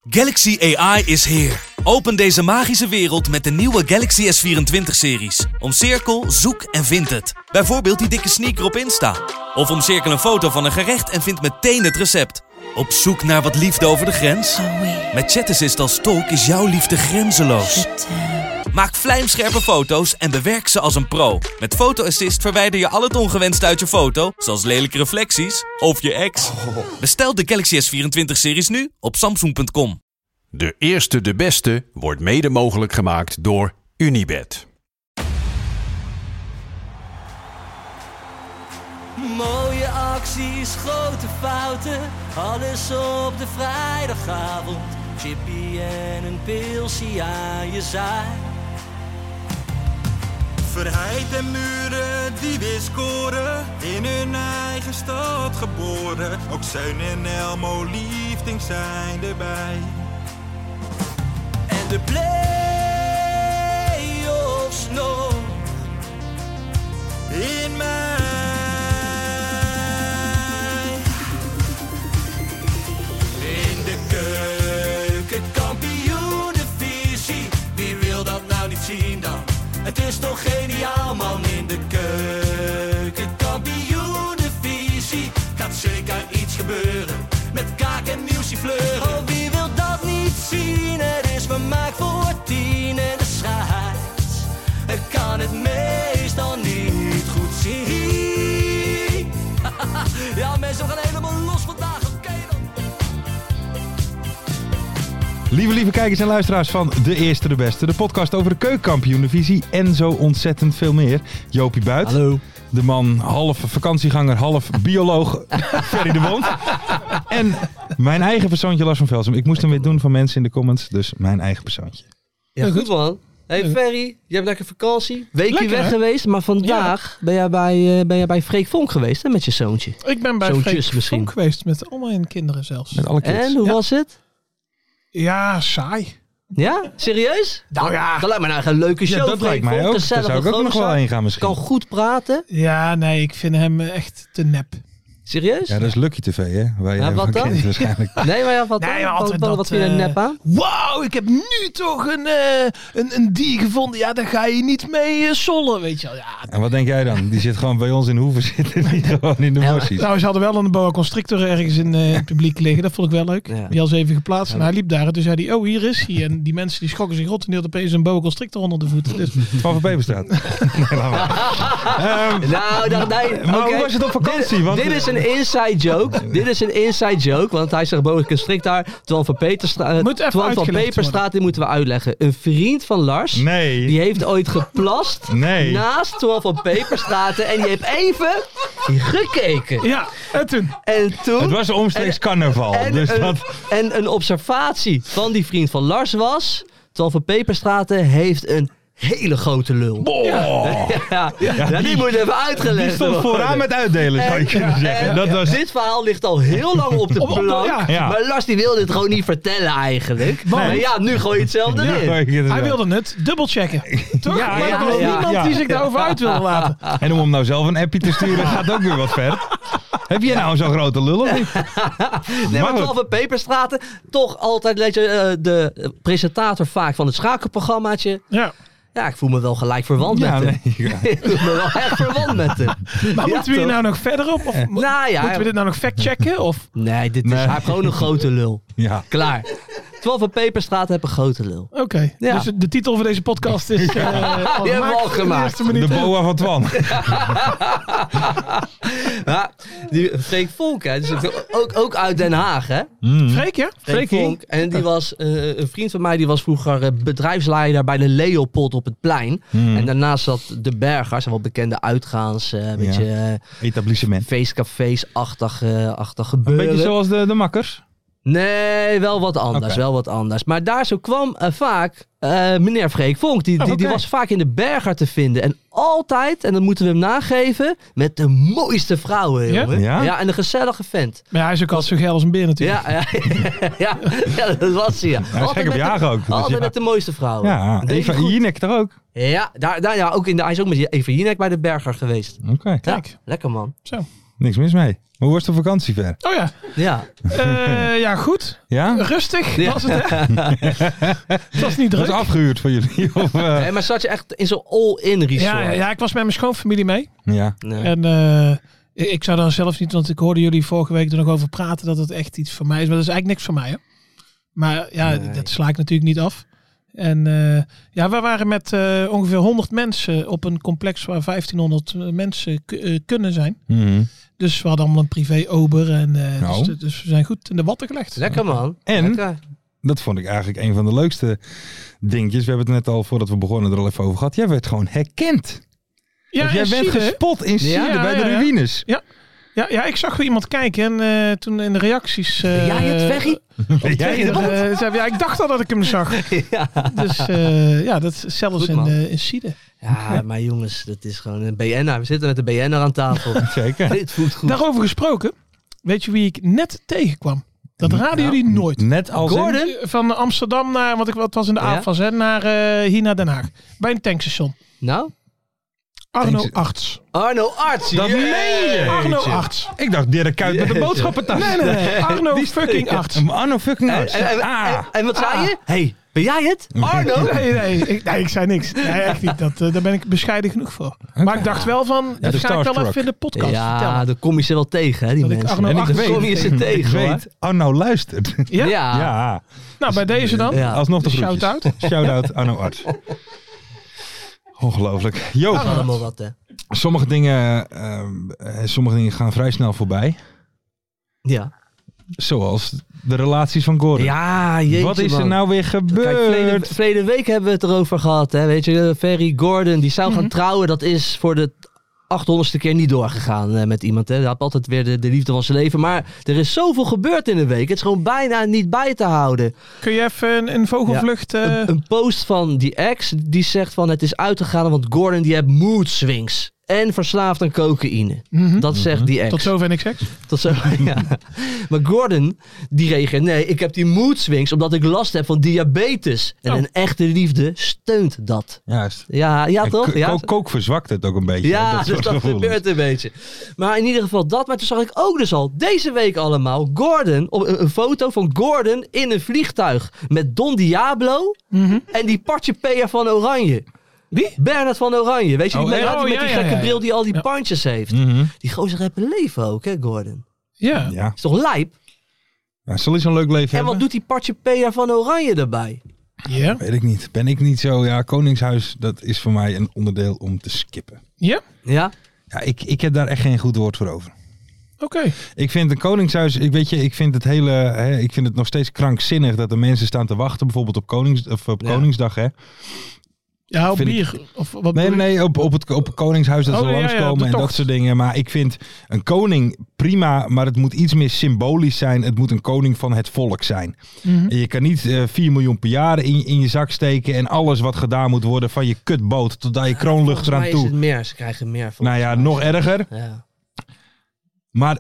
Galaxy AI is here. Open deze magische wereld met de nieuwe Galaxy S24-series. Omcirkel, zoek en vind het. Bijvoorbeeld die dikke sneaker op Insta. Of omcirkel een foto van een gerecht en vind meteen het recept. Op zoek naar wat liefde over de grens? Met ChatAssist als tolk is jouw liefde grenzeloos. Maak vlijmscherpe foto's en bewerk ze als een pro. Met Photo Assist verwijder je al het ongewenst uit je foto, zoals lelijke reflecties of je ex. Bestel de Galaxy S24-series nu op Samsung.com. De eerste, de beste wordt mede mogelijk gemaakt door Unibet. Mooie acties, grote fouten, alles op de vrijdagavond. Chippy en een pilsie aan je zaai. Verheid en Muren die weer scoren, in hun eigen stad geboren. Ook Zeun en Elmo liefding zijn erbij. En de play-offs nog In mij. in de keuken, kampioenenvisie. Wie wil dat nou niet zien dan? Het is toch geniaal man, in de keuken, kampioenenvisie. Gaat zeker iets gebeuren, met kaak en nieuwsie fleuren. Oh, wie wil dat niet zien? Het is vermaakt voor 10 en de scheids. Ik kan het meestal niet goed zien. Ja mensen, we gaan helemaal los vandaag, oké dan. Lieve kijkers en luisteraars van De Eerste de Beste. De podcast over de keukenkampioen-divisie en zo ontzettend veel meer. Jopie Buit. Hallo. De man half vakantieganger, half bioloog, Ferry de Bond. En mijn eigen persoontje Lars van Velsen. Ik moest hem weer doen van mensen in de comments, dus mijn eigen persoontje. Ja, goed man. Hey Ferry, je hebt lekker vakantie. Weekje weg geweest, maar vandaag ben jij bij Freek Vonk geweest hè, met je zoontje. Ik ben bij Zoontjes Freek misschien. Vonk geweest met al mijn kinderen zelfs. Met alle kids. En, hoe was het? Ja, saai. Ja? Serieus? Nou ja. Dat lijkt me nou een leuke show. Ja, dat Freek lijkt mij Vonk, ook. gezellige Daar zou ik ook nog wel gozer. heen gaan misschien. Kan goed praten. Ja, nee, ik vind hem echt te nep. Serieus? Ja, dat is Lucky TV, hè? Waar Ja, jij wat van dan? kent waarschijnlijk. Nee, maar ja, wat Nee, dan? maar altijd Wat dat, vind je er nep aan? Wauw, ik heb nu toch een dier gevonden. Ja, daar ga je niet mee sollen, weet je wel. Ja, En wat denk jij dan? Die zit gewoon bij ons in Hoeven zitten, die gewoon in de bossies. nou, ze hadden wel een boa constrictor ergens in het publiek liggen. Dat vond ik wel leuk. Ja. Die had ze even geplaatst. En hij liep daar. En toen zei hij, oh, hier is hij. En die mensen die schrokken zich rot. En die had opeens een boa constrictor onder de voeten. Dus Van Peperstraat. Nee, laat maar. Nou, nee. Maar oké. hoe was het op vakantie? Want- Dit is een inside joke. Dit is een inside joke, want hij zegt boven constrict daar. Twan van Moet even uitgelegd Peperstraat, die moeten we uitleggen. Een vriend van Lars, Nee. die heeft ooit geplast Nee. naast Twan van Peperstraat en die heeft even gekeken. ja, en toen. En toen... Het was omstreeks carnaval. Dus en een observatie van die vriend van Lars was... Twan van Peperstraten heeft een hele grote lul. Ja, die moet even uitgelegd Die stond worden. vooraan met uitdelen, zou je kunnen zeggen. Dat was... Dit verhaal ligt al heel lang op de plank. ja. Maar Lars die wilde het gewoon niet vertellen eigenlijk. Maar ja, nu gooi je het zelf erin. Hij wilde het dubbelchecken. Toch? Ja, maar ja, er was ja, niemand ja. die zich daarover uit wilde laten. En om hem nou zelf een appje te sturen gaat ook weer wat ver. Heb je nou zo'n grote lul of niet? Nee, maar goed. Twan van Peperstraten, toch altijd de presentator vaak van het schakelprogrammaatje. Ja. Ja, ik voel me wel gelijk verwant Ja, met hem. nee, ja. Ik voel me wel echt verwant met hem. Maar Ja, moeten we hier toch? nou nog verder op? Of Nou ja, moeten we dit nou nog factchecken? Of? nee, dit is Nee. hij heeft gewoon een grote lul. Ja. Klaar. Twan van Peperstraat heeft een grote lul. Oké, Ja. dus de titel voor deze podcast is Die hebben we al in de gemaakt. eerste De minuut. boa van Twan. Ja, die Freek Vonk, hè, dus ook uit Den Haag, hè? Freek, ja? Freek Vonk. En die was een vriend van mij, die was vroeger bedrijfsleider bij de Leopold op het plein. En daarnaast zat de Bergers, een wat bekende uitgaans, beetje Etablissement. feestcafés-achtige Een gebeuren. beetje zoals de makkers. Nee, wel wat anders, Oké. wel wat anders. Maar daar zo kwam vaak meneer Freek Vonk. Die oké. was vaak in de Berger te vinden. En altijd, en dat moeten we hem nageven, met de mooiste vrouwen, Ja? jongen. Ja? Ja, en een gezellige vent. Maar hij is ook altijd zo geil als een beer natuurlijk. Ja, dat was hij. Ja. Hij is gek op jagen ook. Dus Altijd ja. met de mooiste vrouwen. Ja, Dat deed Eva hij goed. Jinek er ook. Ja, hij is ook met Eva Jinek bij de Berger geweest. Oké. Kijk. Ja, lekker man. Zo. Niks mis mee. Hoe was de vakantie ver? Oh ja. Ja. Ja, goed. Ja? Rustig Ja. was het, hè? Het was niet Dat druk. was afgehuurd voor jullie? Of, Nee, maar zat je echt in zo'n all-in resort? Ja, ik was met mijn schoonfamilie mee. ja. Nee. En ik zou dan zelf niet, want ik hoorde jullie vorige week er nog over praten dat het echt iets voor mij is. Maar dat is eigenlijk niks voor mij, hè? Maar ja, Nee. dat sla ik natuurlijk niet af. En we waren met ongeveer 100 mensen op een complex waar 1500 mensen kunnen zijn. Mhm. Dus we hadden allemaal een privé-ober. En Nou. dus we zijn goed in de watten gelegd. Lekker man. En? Lekker. Dat vond ik eigenlijk een van de leukste dingetjes. We hebben het net al, voordat we begonnen, er al even over gehad. Jij werd gewoon herkend. Ja, Want jij en bent Siede- gespot in Siede bij de ja. ruïnes. Ja, ik zag weer iemand kijken en toen in de reacties... Ben jij het, Ferry? Ik dacht al dat ik hem zag. Ja. Dus dat is zelfs Goed, man. in Siede. Ja, maar jongens, dat is gewoon een BN'er. We zitten met een BN'er aan tafel. Zeker. Dit voelt goed. Daarover gesproken, weet je wie ik net tegenkwam? Dat raden jullie nooit. Net als in- Gordon? Van Amsterdam naar, wat was in de Ja? AFAS, hè, naar hier naar Den Haag. Bij een tankstation. Nou? Arno Tanks- Arts. Arno Arts. Dat meen je? Arno Arts. Ik dacht Dirk Kuyt met de boodschappentas. Nee. Arno fucking Arts. Arno fucking Arts. En wat zei je? Hey, ben jij het? Arno? Nee, ik zei niks. Nee, echt niet. Daar ben ik bescheiden genoeg voor. Maar ik dacht wel van, dat de ga ik wel starstruck. even in de podcast Ja, vertellen. dan kom je ze wel tegen, hè, die Dat ik mensen. Arno En ik Arts weet- kom je ze Ik tegen, hoor. weet, Arno luistert. Ja? Ja. Nou, bij deze dan. Ja. Alsnog de groetjes. Shout-out. Shout-out Arno Arts. Ongelooflijk. Joop, Allemaal wat, hè. sommige dingen gaan vrij snel voorbij. Ja. Zoals de relaties van Gordon. Ja, jeetje, Wat is er man. nou weer gebeurd? Kijk, verleden week hebben we het erover gehad. Hè? Weet je, Ferry Gordon, die zou gaan trouwen. Dat is voor de 800ste keer niet doorgegaan met iemand. Hè? Hij had altijd weer de liefde van zijn leven. Maar er is zoveel gebeurd in een week. Het is gewoon bijna niet bij te houden. Kun je even een vogelvlucht... Een post van die ex, die zegt van het is uitgegaan. Want Gordon die heeft mood swings. En verslaafd aan cocaïne. Dat zegt die ex. Tot zover niks seks. Tot zo, ja. Maar Gordon, die reageert, nee, ik heb die mood swings omdat ik last heb van diabetes. En een echte liefde steunt dat. Juist. Ja, En toch? Ja, Kook verzwakt het ook een beetje. ja, hè, dus soort dat gevoelens. gebeurt een beetje. Maar in ieder geval dat. Maar toen zag ik ook dus al deze week allemaal Gordon, een foto van Gordon in een vliegtuig met Don Diablo en die Patje van Oranje. Wie? Bernard van Oranje. Weet je, die Oh, man echt? met die gekke bril die al die Ja. pandjes heeft. Mhm. Die gozer heeft een leven ook, hè, Gordon. Ja. Ja. Is toch lijp? Ja, zal hij zo'n leuk leven En hebben? wat doet die Patje van Oranje erbij? Ja. Weet ik niet. Ben ik niet zo... Ja, Koningshuis, dat is voor mij een onderdeel om te skippen. Ja? Ja? Ja, ik heb daar echt geen goed woord voor over. Oké. Ik vind een Koningshuis... Ik vind het hele... Hè, ik vind het nog steeds krankzinnig dat er mensen staan te wachten. Bijvoorbeeld op Koningsdag, hè. Ja, op Vind ik- bier. Of wat Nee, bedoel je? nee, op het Koningshuis dat Oh, ze ja, ja, langskomen op de en dat tocht. soort dingen. Maar ik vind een koning prima, maar het moet iets meer symbolisch zijn. Het moet een koning van het volk zijn. Mhm. En je kan niet 4 miljoen per jaar in je zak steken en alles wat gedaan moet worden van je kutboot tot je kroonlucht eraan Volgens mij is toe. het meer. Ze krijgen meer. Nou volgens ja, mij. nog erger. Ja. Maar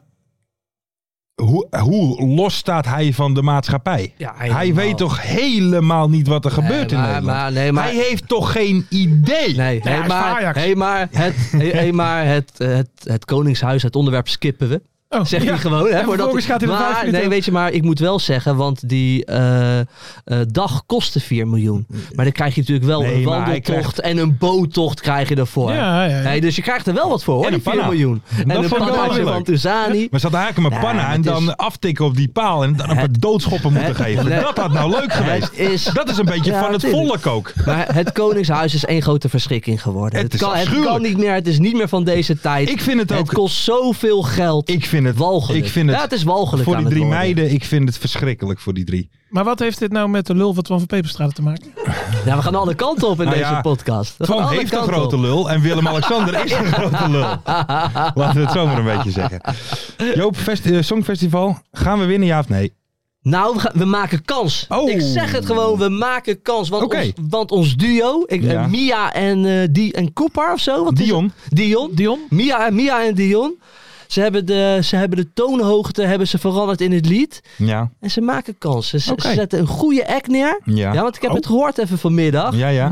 hoe los staat hij van de maatschappij? Ja, Hij helemaal. weet toch helemaal niet wat er gebeurt in Nederland? Hij heeft toch geen idee? Nee, hij is van Ajax. maar het Koningshuis, het onderwerp skippen we. Oh, Zeg ja. je gewoon. Hè, En vervolgens gaat hij er 5 maar, minuten nee, weet je, maar ik moet wel zeggen, want die dag kostte 4 miljoen. Maar dan krijg je natuurlijk wel Nee, een maar hij wandeltocht en een boottocht krijg je ervoor. Ja. Hey, dus je krijgt er wel wat voor, hoor, En die een 4 panna. miljoen. En Dat een vond ik wel pannaatje leuk. van Tuzani. Maar ze hadden eigenlijk een Nee, panna maar en het dan is- aftikken op die paal en dan een paar doodschoppen moeten geven. Nee. Dat had nou leuk geweest. is- Dat is een beetje Ja, van het tuurlijk. volk ook. Maar het Koningshuis is één grote verschrikking geworden. Het is het afschuwelijk. kan niet meer, het is niet meer van deze tijd. Ik vind het ook... Het kost zoveel geld. Ik vind het walgelijk. Ik vind het Ja, het is walgelijk voor aan die het 3 worden. meiden, ik vind het verschrikkelijk voor die 3. Maar wat heeft dit nou met de lul van Twan van Peperstraat te maken? Ja, we gaan alle kanten op in Nou deze ja, podcast. We gaan Twan alle heeft een kanten grote op. lul en Willem-Alexander is een grote lul. Laten we het zo maar een beetje zeggen. Joop, Songfestival, gaan we winnen, ja of nee? Nou, we maken kans. Oh. Ik zeg het gewoon, we maken kans. Want, Oké. want ons duo, Ja. Mia en Cooper of zo. Wat is Dion. het? Dion. Mia en Dion. Ze hebben de toonhoogte veranderd in het lied. Ja. En ze maken kans. Ze Oké. zetten een goede act neer. Ja. Ja, want ik heb het gehoord even vanmiddag. Ja.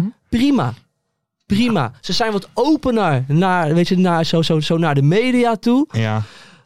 Prima. Ze zijn wat opener naar, weet je, zo naar de media toe. Ja.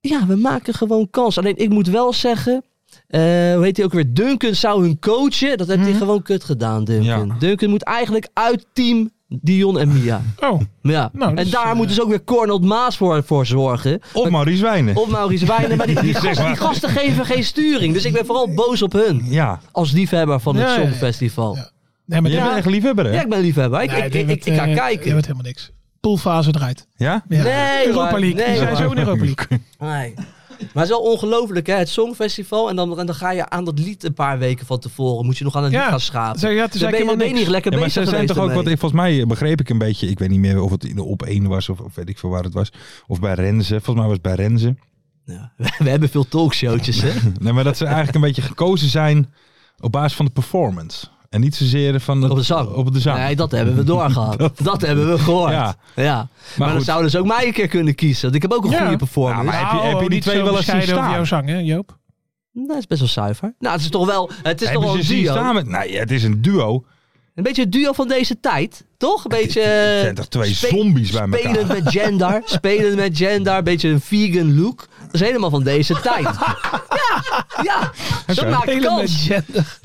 Ja, we maken gewoon kans. Alleen ik moet wel zeggen... hoe heet hij ook weer? Duncan zou hun coachen. Dat heeft hij gewoon kut gedaan, Duncan. Ja. Duncan moet eigenlijk uit team Dion en Mia. Oh, Ja. Nou, en dus, daar moet dus ook weer Cornel Maas voor zorgen. Of Maurice Wijnen. Of Maurice Wijnen. Maar die gasten geven geen sturing. Dus ik ben vooral boos op hun. Ja. Als liefhebber van het Ja, ja, ja. Songfestival. Ja. Nee, maar Jij bent echt liefhebber, hè? Ja, ik ben liefhebber. Ik ga kijken. Je wordt helemaal niks. Poolfase eruit. Ja? Ja. Nee, Europa maar- League. nee, Die zijn maar- zo in Europa League. Nee. Maar het is wel ongelooflijk, hè? Het Songfestival. En dan ga je aan dat lied een paar weken van tevoren. Moet je nog aan het lied gaan schapen. Zeg, ja, het is Dan ben je eigenlijk helemaal niet lekker Ja, maar bezig ze zijn geweest toch ook, ermee. volgens mij begreep ik een beetje, ik weet niet meer of het in de Op 1 was of weet ik veel waar het was. Of bij Renze, volgens mij was het bij Renze. Ja, we hebben veel talkshowtjes, hè? Nee, maar dat ze eigenlijk een beetje gekozen zijn op basis van de performance. En niet zozeer van het, Op de zang. Op de zang. Nee, dat hebben we doorgehad. Dat hebben we gehoord. Ja. Maar dan goed. zouden ze ook mij een keer kunnen kiezen. Want ik heb ook een Ja. goede performance. Ja, maar heb je die niet twee zo wel eens zien bescheiden over staan? jouw zang, hè, Joop? Nou, dat is best wel zuiver. Nou, het is toch wel Hebben wel ze een zien duo. staan met... Nee, het is een duo. Een beetje het duo van deze tijd. Toch? Een beetje... Het zijn toch twee zombies bij elkaar. Spelend met gender. Spelend met gender. Een beetje een vegan look. Dat is helemaal van deze tijd. Ja. Zo Oké. maak je Spelen met kans. gender.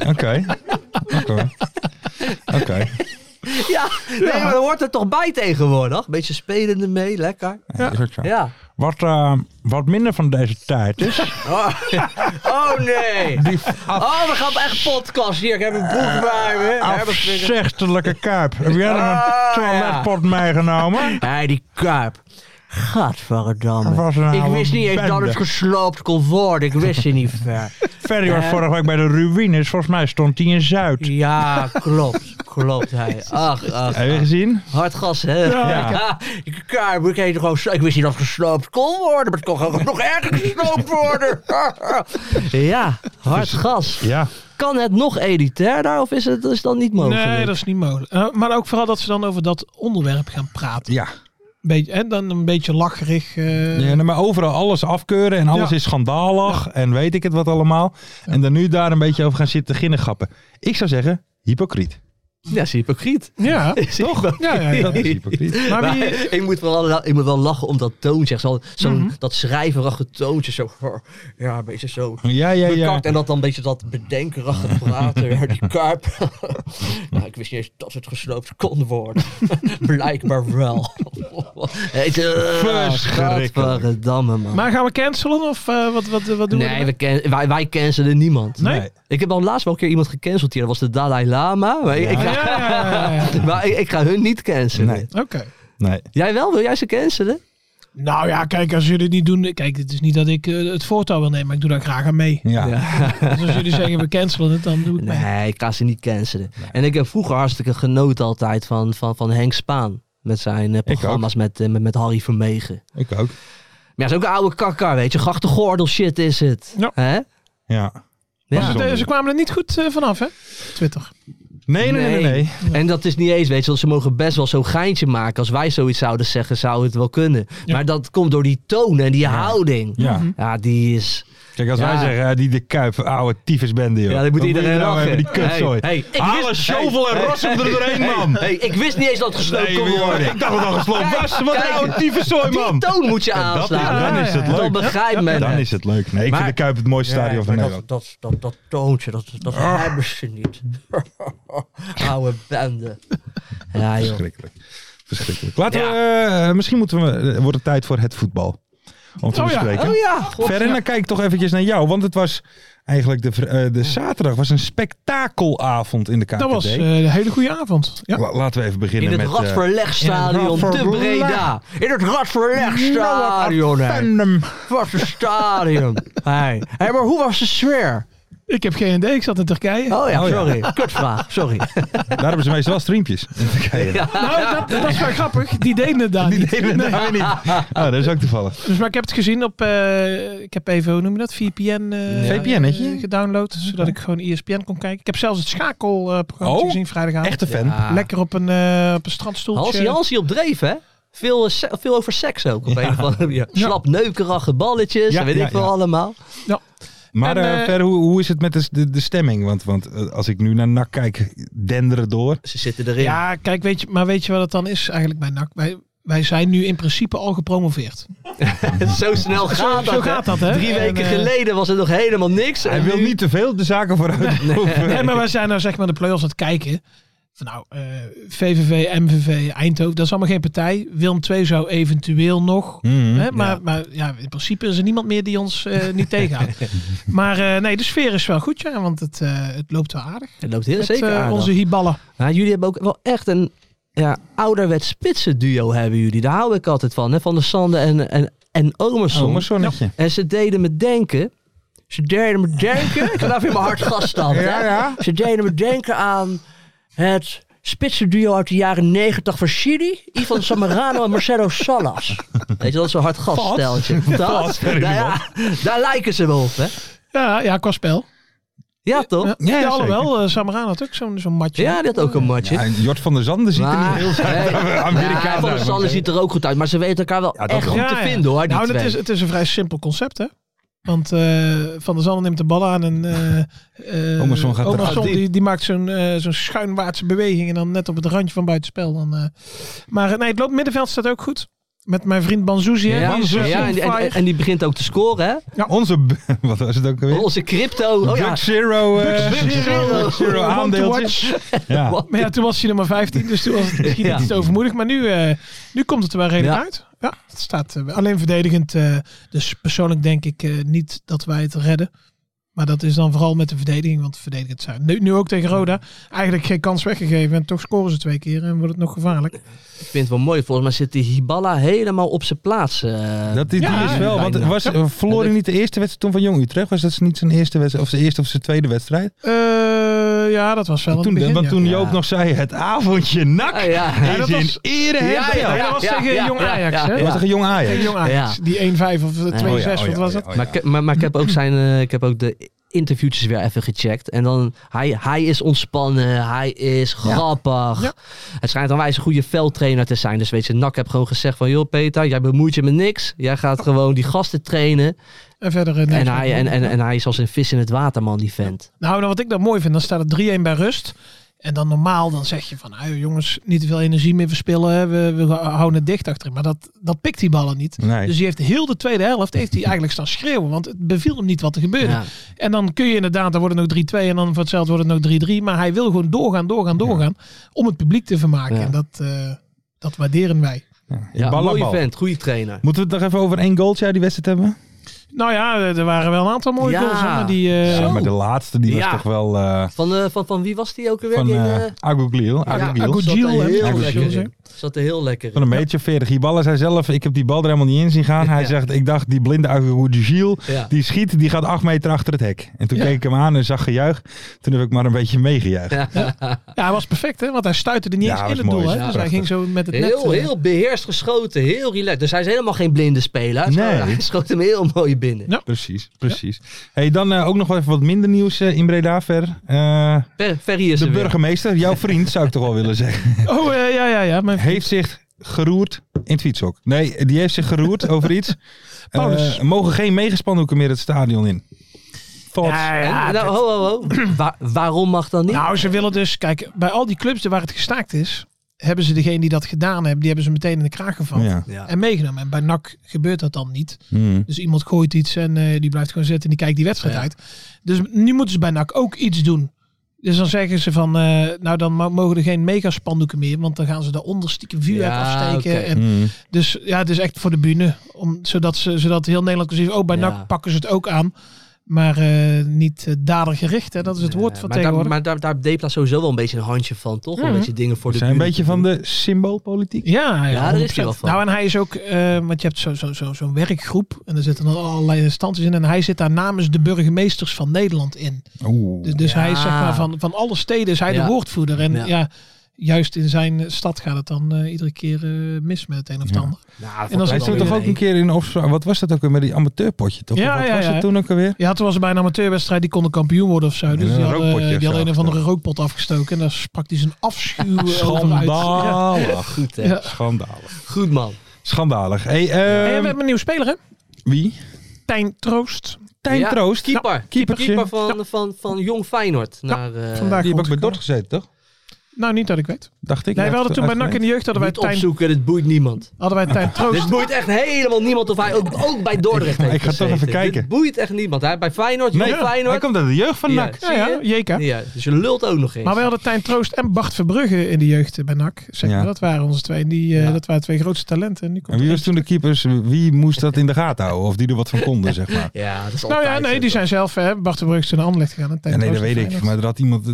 Oké. Ja, nee, maar dat hoort er toch bij tegenwoordig. Een beetje spelende mee. Lekker. Ja, is ook zo. Ja. Wat minder van deze tijd is... Oh nee. Oh, we gaan echt podcast hier. Ik heb een boek bij me. Afzichtelijke kuip. Heb jij nog een toiletpot meegenomen? Ja, die kuip. Gadverdamme. Dat was een Ik oude wist niet eens dat bende. het gesloopt kon worden. Ik wist het niet ver. Ferry was vorige week bij de ruïnes. Volgens mij stond hij in Zuid. Ja, klopt hij. Ach. Heb je gezien? Hard gas, hè? Ja. Die kuip, ik wist niet dat het gesloopt kon worden. Maar het kon gewoon nog erger gesloopt worden. Ja, hard gas. Ja. Kan het nog elitair daar of is het dan niet mogelijk? Nee, dat is niet mogelijk. Maar ook vooral dat ze dan over dat onderwerp gaan praten. Ja. Beetje, en dan een beetje lacherig. Ja, maar overal alles afkeuren en alles Ja. is schandalig en weet ik het wat allemaal. En dan nu daar een beetje over gaan zitten ginnegappen. Ik zou zeggen, hypocriet. Ja, is hypocriet. Ja, Toch? Ja, Dat is hypocriet. Maar wie, Ik moet wel lachen om dat toontje. Zo'n dat schrijverige toontje. Zo, ja, een beetje zo Ja. bekakt. En dat dan een beetje dat bedenkerige praten. Ja, die kuip. Nou, ik wist niet eens dat het gesloopt kon worden. Blijkbaar wel. Verschrikkelijk. Gadverdamme, man. maar gaan we cancelen of wat doen we? Nee, wij cancelen niemand. Nee? Ik heb al laatst wel een keer iemand gecanceld hier. Dat was de Dalai Lama. Maar Ja. maar ik ga hun niet cancelen. Nee. Oké. Nee. Jij wel? Wil jij ze cancelen? Nou ja, kijk, als jullie het niet doen... Kijk, het is niet dat ik het voortouw wil nemen, maar ik doe daar graag aan mee. Ja. Dus als jullie zeggen we cancelen het, dan doe ik mee. Nee, ik ga ze niet cancelen. En ik heb vroeger hartstikke genoten altijd van Henk Spaan. Met zijn programma's met Harry Vermegen. Ik ook. Maar ja, is ook een oude kakker, weet je. Grachtengordel shit is het. Ja. Hè? Ja. Ja. Ze kwamen er niet goed vanaf, hè? Twitter. Nee. En dat is niet eens, weet je, want ze mogen best wel zo'n geintje maken. Als wij zoiets zouden zeggen, zou het wel kunnen. Ja. Maar dat komt door die toon en die houding. Ja. Ja, die is... Kijk, als Ja. wij zeggen, die de Kuip, oude tyfusbende, joh. Ja, dat moet Wat iedereen wil je nou lachen. hebben, die kutzooi. Hey, ik Haal wist- een shovel en ros hem er doorheen, man. Hey, ik wist niet eens dat het gesloopt Nee, kon worden. ik dacht dat het al gesloopt Kijk, was. Wat een kijk. oude tyfuszooi, Die man. toon moet je aanslaan. Dan is het Dat leuk. begrijpt men. Dan is het leuk. Nee, ik vind de Kuip het mooiste stadion van maar Nederland. dat toontje, dat hebben ze niet. Oude bende. Ja, joh. Verschrikkelijk. Laten we, misschien wordt het tijd voor het voetbal. Om te bespreken. Oh ja. God, Verder, dan kijk ik toch eventjes naar jou. Want het was eigenlijk de zaterdag was een spektakelavond in de KKD. Dat was een hele goede avond. Ja. Laten we even beginnen In het met... Radverlegstadion te Breda. In het Radverlegstadion. Wat een stadion. Hey, maar hoe was de sfeer? Ik heb geen idee, ik zat in Turkije. Oh ja, Oh ja. sorry. Kutvraag, sorry. Daar hebben ze meestal streampjes in Turkije. Nou, dat is wel grappig. Die deden het daar Die niet. deden het daar weer niet. Oh, dat is ook toevallig. Dus, maar ik heb het gezien op, ik heb even, hoe noem je dat, VPN VPN'tje? gedownload. Zodat ik gewoon ESPN kon kijken. Ik heb zelfs het schakelprogramma Oh, gezien vrijdagavond. Echte fan. Ja. Lekker op een strandstoeltje. Hansie op dreef, hè? Veel over seks ook. Op een of andere manier. Slap neukerige balletjes. Ja, en weet ik veel allemaal. Maar En, verder, hoe is het met de stemming? Want als ik nu naar NAC kijk, denderen door. Ze zitten erin. Ja, kijk, weet je wat het dan is eigenlijk bij NAC? wij zijn nu in principe al gepromoveerd. Zo snel gaat dat. Zo gaat dat, hè? 3 weken geleden was er nog helemaal niks. Hij wil niet te veel de zaken vooruit. Nee, maar wij zijn nou zeg maar de play-offs aan het kijken. Van VVV, MVV, Eindhoven, dat is allemaal geen partij. Willem II zou eventueel nog. Hè, maar in principe is er niemand meer die ons niet tegenhoudt. Maar nee, de sfeer is wel goed, ja, want het loopt wel aardig. Het loopt heel Met, zeker aardig. onze Hiballa. Nou, jullie hebben ook wel echt een ouderwets spitsenduo hebben jullie. Daar hou ik altijd van. Hè? Van der Sande en Omerson. Omersonnetje. En ze deden me denken... Ik ga daar weer mijn hart gaststand. Ja. Ze deden me denken aan het spitsenduo uit de jaren 90 van Chili. Ivan Zamorano en Marcelo Salas. Weet je, dat is zo'n hard gaststeltje. Daar lijken ze wel op, hè? Ja, qua spel. Ja, toch? Ja, alhoewel. Zamorano had ook zo'n matje. Ja, die had ook een matje. Ja, Jort van der Zanden ziet er niet heel Amerikaans Van der uit. Zanden ziet er ook goed uit. Maar ze weten elkaar wel echt goed te vinden, hoor. Die nou, twee. het is een vrij simpel concept, hè? Want Van der Zanden neemt de bal aan en Omerson gaat Omerson die maakt zo'n schuinwaartse beweging en dan net op het randje van buitenspel. Maar nee, het middenveld staat ook goed. Met mijn vriend Banzuzi. En die begint ook te scoren, hè? Ja. Onze, wat was het ook alweer? Onze crypto. Bug Zero aandeeltjes. Ja. Maar ja, toen was hij nummer 15, dus toen was het misschien iets te overmoedig. Maar nu komt het er wel redelijk uit. Ja, het staat alleen verdedigend. Dus persoonlijk denk ik niet dat wij het redden. Maar dat is dan vooral met de verdediging, want verdedigend zijn. Nu ook tegen Roda. Eigenlijk geen kans weggegeven en toch scoren ze 2 keer en wordt het nog gevaarlijk. Ik vind het wel mooi. Volgens mij zit die Hiballa helemaal op zijn plaats. Die is wel. Want verloor hij niet de eerste wedstrijd toen van Jong Utrecht? Was dat niet zijn eerste wedstrijd of zijn eerste of zijn tweede wedstrijd? Ja, dat was wel toen Joop nog zei, het avondje NAC dat is was in ere. Dat was tegen Jong Ajax. Dat was tegen Jong Ajax. Tegen Jong Ajax. Die 1-5 of 2-6, wat was het? Maar ik heb ook ik heb ook de interviewtjes weer even gecheckt. En dan, hij is ontspannen, hij is grappig. Ja. Het schijnt een wijze goede veldtrainer te zijn. Dus weet je, NAC heb gewoon gezegd van, joh Peter, jij bemoeit je met niks. Jij gaat gewoon die gasten trainen. En verder en hij is als een vis in het water, man, die vent. Nou, wat ik dan mooi vind, dan staat het 3-1 bij rust. En dan normaal, dan zeg je van, jongens, niet te veel energie meer verspillen. Hè. We houden het dicht achterin. Maar dat pikt die ballen niet. Nee. Dus die heeft heel de tweede helft eigenlijk staan schreeuwen. Want het beviel hem niet wat er gebeurde. Ja. En dan kun je inderdaad, dan wordt het nog 3-2. En dan voor hetzelfde wordt het nog 3-3. Maar hij wil gewoon doorgaan. Om het publiek te vermaken. Ja. En dat waarderen wij. Mooie vent, goede trainer. Moeten we het nog even over 1 goaltje uit die wedstrijd hebben? Nou ja, er waren wel een aantal mooie goals. Hè, maar maar de laatste, die was toch wel... Van wie was die ook weer? Van Agogiel. Zat er heel lekker in. Van een meter 40. Hiballa zei zelf, ik heb die bal er helemaal niet in zien gaan. Hij zegt, ik dacht, die blinde Agogiel, die schiet, die gaat 8 meter achter het hek. En toen keek ik hem aan en zag gejuich. Toen heb ik maar een beetje meegejuicht. Ja, hij was perfect, hè? Want hij stuitte er niet eens in het doel. Hè? Dus hij ging zo met het net. Heel beheerst geschoten, heel relaxed. Dus hij is helemaal geen blinde speler. Nee. Hij schoot hem heel mooi binnen. Ja. Precies. Ja. Hey, dan ook nog wel even wat minder nieuws in Breda verder. Ferry is de burgemeester, jouw vriend zou ik toch wel willen zeggen. Oh, ja. Mijn heeft zich geroerd in het fietshok. Nee, die heeft zich geroerd over iets. Mogen geen meegespanhoeken meer het stadion in. Waarom mag dat niet? Nou, ze willen dus, kijk, bij al die clubs waar het gestaakt is, hebben ze degene die dat gedaan hebben, die hebben ze meteen in de kraag gevallen en meegenomen. En bij NAC gebeurt dat dan niet. Dus iemand gooit iets en die blijft gewoon zitten en die kijkt die wedstrijd uit. Dus nu moeten ze bij NAC ook iets doen. Dus dan zeggen ze van, nou dan mogen er geen megaspandoeken meer, want dan gaan ze daaronder stiekem vuurwerk afsteken. Okay. En dus ja, het is echt voor de bühne, zodat heel Nederland kan zien, bij NAC pakken ze het ook aan. Maar niet dadergericht, hè? Dat is het woord van tegenwoordig. Maar daar Depla sowieso wel een beetje een handje van, toch? Een beetje dingen voor de bühne. Een beetje van de symboolpolitiek. Ja, daar is hij wel van. Nou, en hij is ook, want je hebt zo'n werkgroep en er zitten dan allerlei instanties in. En hij zit daar namens de burgemeesters van Nederland in. Dus hij is zeg maar van alle steden is hij de woordvoerder. En juist in zijn stad gaat het dan iedere keer mis met het een of het ander. Nou, en dan zit toch ook een keer in wat was dat ook weer met die amateurpotje, toch? Wat was het toen ook alweer? Ja, toen was er bij een amateurwedstrijd, die konden kampioen worden of zo. Dus die had een of andere rookpot afgestoken. En daar sprak hij zijn afschuw over uit. Schandalig. Goed, hè? Schandalig. Goed, man. Schandalig. Hey, we hebben een nieuwe speler, hè? Wie? Tijn Troost. Keeper van Jong Feyenoord. Die heb ook bij Dort gezeten, toch? Nou, niet dat ik weet. Dacht ik. Nee, we hadden toen bij NAC in de jeugd... hadden wij Niet opzoeken, dit boeit niemand. Hadden wij Tijn Troost. Dit boeit echt helemaal niemand of hij ook bij Dordrecht heeft Ik ga toch even kijken. Dit boeit echt niemand. Hij bij Feyenoord, Feyenoord. Hij komt uit de jeugd van NAC. Ja, JK. Ja, dus je lult ook nog eens. Maar wij hadden Tijn Troost en Bart Verbrugge in de jeugd bij NAC. Zeg maar. Dat waren onze twee. Dat waren twee grootste talenten. En wie was toen de keepers? Wie moest dat in de gaten houden? Of die er wat van konden, zeg maar? Ja, dat is altijd die zijn zelf... Bart Verbrugge is toen naar Anderlecht gegaan. Nee, dat weet ik. Maar er had iemand...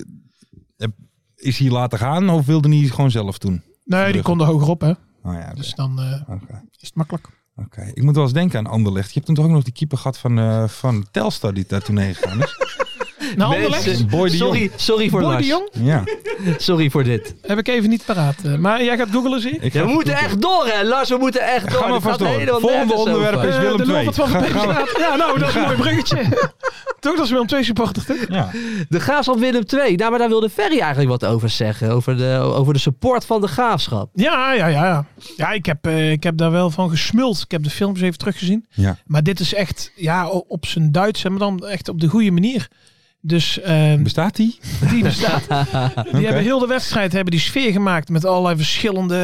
Is hij laten gaan of wilde hij gewoon zelf doen? Nee, die konden hogerop, hè. Okay. Dus dan is het makkelijk. Oké. Ik moet wel eens denken aan Anderlecht. Je hebt toen toch ook nog die keeper gehad van Telstar die daar toen heen gegaan is? Nou, Anderlecht? Sorry voor Boy Lars. de Jong? Ja. Sorry voor dit. Heb ik even niet paraat. Maar jij gaat googlen, zie we moeten echt door, hè, Lars. We moeten echt door. Ga maar vast door. Volgende onderwerp is Willem II. Ja, nou, dat is een mooi bruggetje. Toch, dat is Willem II supporter, toch? Ja. De Graafschap Willem II. Nou, maar daar wilde Ferry eigenlijk wat over zeggen. Over de support van de Graafschap. Ja. Ja, ik heb daar wel van gesmuld. Ik heb de films even teruggezien. Ja. Maar dit is echt op zijn Duits, maar dan echt op de goede manier. Dus, bestaat die? Die bestaat. Die hebben heel de wedstrijd die sfeer gemaakt met allerlei verschillende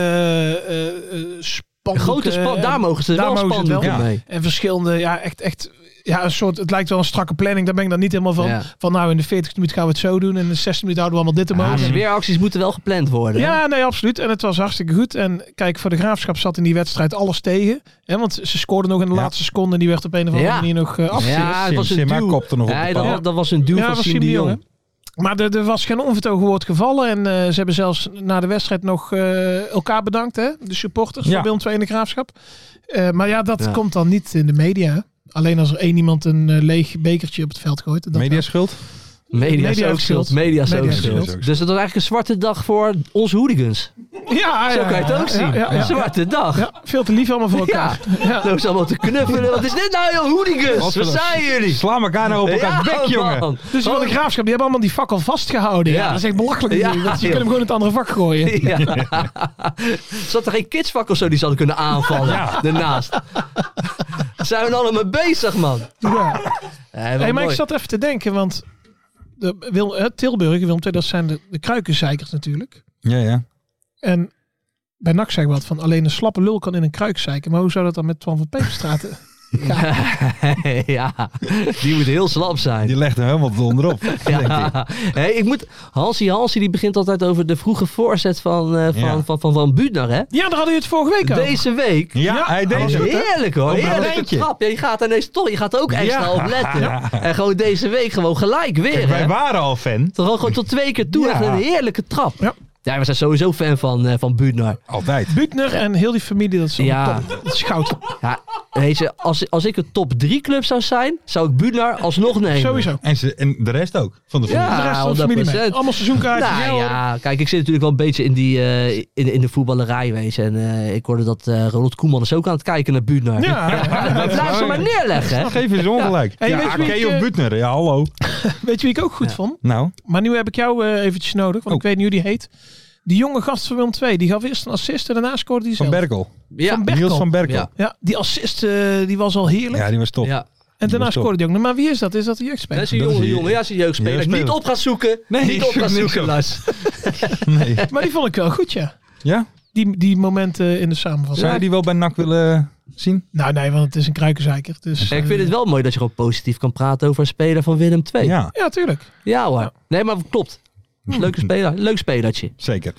spandoeken. Daar mogen ze wel spandoeken mee. En verschillende, echt een soort, het lijkt wel een strakke planning. Daar ben ik dan niet helemaal van. Ja. Van nou, in de 40 minuten gaan we het zo doen. En in de 60 minuten houden we allemaal dit te mogen. Sfeeracties moeten wel gepland worden. Ja, nee, absoluut. En het was hartstikke goed. En kijk, voor de Graafschap zat in die wedstrijd alles tegen. Hè, want ze scoorden nog in de laatste seconde. En die werd op een of andere manier nog afgekeerd. Ja, het was een duw. Dat was een duw van Siem de Jong. Maar er was geen onvertogen woord gevallen. En ze hebben zelfs na de wedstrijd nog elkaar bedankt. Hè? De supporters van Willem II in de Graafschap. Maar ja, dat komt dan niet in de media. Alleen als er één iemand een leeg bekertje op het veld gooit. Media schuld? Media is ook schuld. Dus het was eigenlijk een zwarte dag voor onze hooligans. Ja, zo kan je het ook zien. Een zwarte dag. Ja, veel te lief allemaal voor elkaar. Lopen ze allemaal te knuffelen. Wat is dit nou, joh, hooligans? Waar zijn jullie? Sla elkaar nou op elkaar bek, jongen. Dus van de Graafschap, die hebben allemaal die fakkel vastgehouden. Ja. Dat is echt belachelijk. Want je kunt hem gewoon in het andere vak gooien. Ja. Zat er geen kidsvak of zo die ze hadden kunnen aanvallen? Daarnaast. Zijn we allemaal bezig, man. Ja. Maar ik zat even te denken, want Tilburg, Willem II, dat zijn de kruikenzeikers natuurlijk. Ja. En bij NAC zeg ik wat van, alleen een slappe lul kan in een kruik zeiken. Maar hoe zou dat dan met Twan van Peperstraat Ja, die moet heel slap zijn. Die legt er helemaal onderop. Hansie die begint altijd over de vroege voorzet van Buutner, hè? Ja, daar hadden we het vorige week over. Deze week. Ja, hij deed het. Heerlijk hoor. Heerlijke trap. Ja, je gaat ineens toch, je gaat ook extra op letten. Ja. En gewoon deze week gewoon gelijk weer. Kijk, wij waren al fan. Toch gewoon tot 2 keer toe. Echt een heerlijke trap. Ja. Ja, we zijn sowieso fan van Buutner. Altijd. Buutner en heel die familie, dat is top. Dat is goud. Ja, weet je, als ik een top 3 club zou zijn, zou ik Buutner alsnog nemen. Sowieso. En de rest ook van de familie. Ja, de rest van de familie mee. Allemaal seizoenkaartjes. Nou, ja, kijk, ik zit natuurlijk wel een beetje in die in de voetballerij, weet je. En ik hoorde dat Ronald Koeman is ook aan het kijken naar Buutner. Blijf ze maar neerleggen. Nog even eens ongelijk. Oké, of Buutner. Ja, hallo. Weet je wie ik ook goed vond? Nou. Maar nu heb ik jou eventjes nodig, want ik weet niet hoe die heet. Die jonge gast van Willem II, die gaf eerst een assist en daarna scoorde hij zelf. Van Berkel. Ja. Niels van Berkel. Ja, die assist die was al heerlijk. Ja, die was top. Ja. En daarna scoorde hij ook. Maar wie is dat? Is dat de jeugdspeler? Dat is een jongen. Ja, dat is een jeugdspeler. Niet op gaan zoeken. Nee, niet op gaan zoeken, Lars. Nee. Maar die vond ik wel goed, ja. Ja? Die momenten in de samenvatting. Zou je die wel bij NAC willen zien? Nou, nee, want het is een kruikenzeiker. Dus, ik vind het wel mooi dat je gewoon positief kan praten over een speler van Willem II. Ja, tuurlijk. Ja hoor. Nee, maar klopt. Leuke speler. Leuk spelertje. Zeker.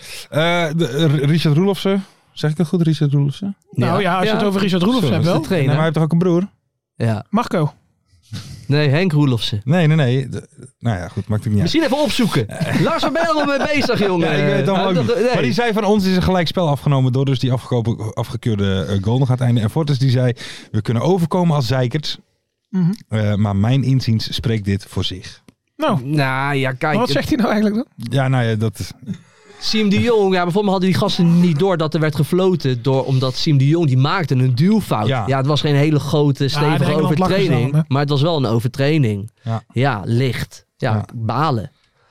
Richard Roelofsen. Zeg ik dat goed, Richard Roelofsen? Nou ja, als je het over Richard Roelofsen hebt wel. Maar hij heeft toch ook een broer? Ja. Marco. Nee, Henk Roelofsen. Nee. Nou ja, goed, maakt het niet uit. Misschien even opzoeken. Lars, waar ben je allemaal mee bezig, jongen? Ja, ik weet het dan ook niet. Maar die zei van ons is een gelijkspel afgenomen door dus die afgekeurde goal nog aan het einde. En Fortes die zei, we kunnen overkomen als zeikers. Maar mijn inziens spreekt dit voor zich. Nou ja, kijk. Maar wat zegt hij nou eigenlijk dan? Ja, nou ja, dat is... Siem de Jong, ja, bijvoorbeeld hadden die gasten niet door dat er werd gefloten. Omdat Siem de Jong, die maakte een duwfout. Ja, het was geen hele grote, stevige overtraining. Maar het was wel een overtraining. Ja, licht. Ja, balen.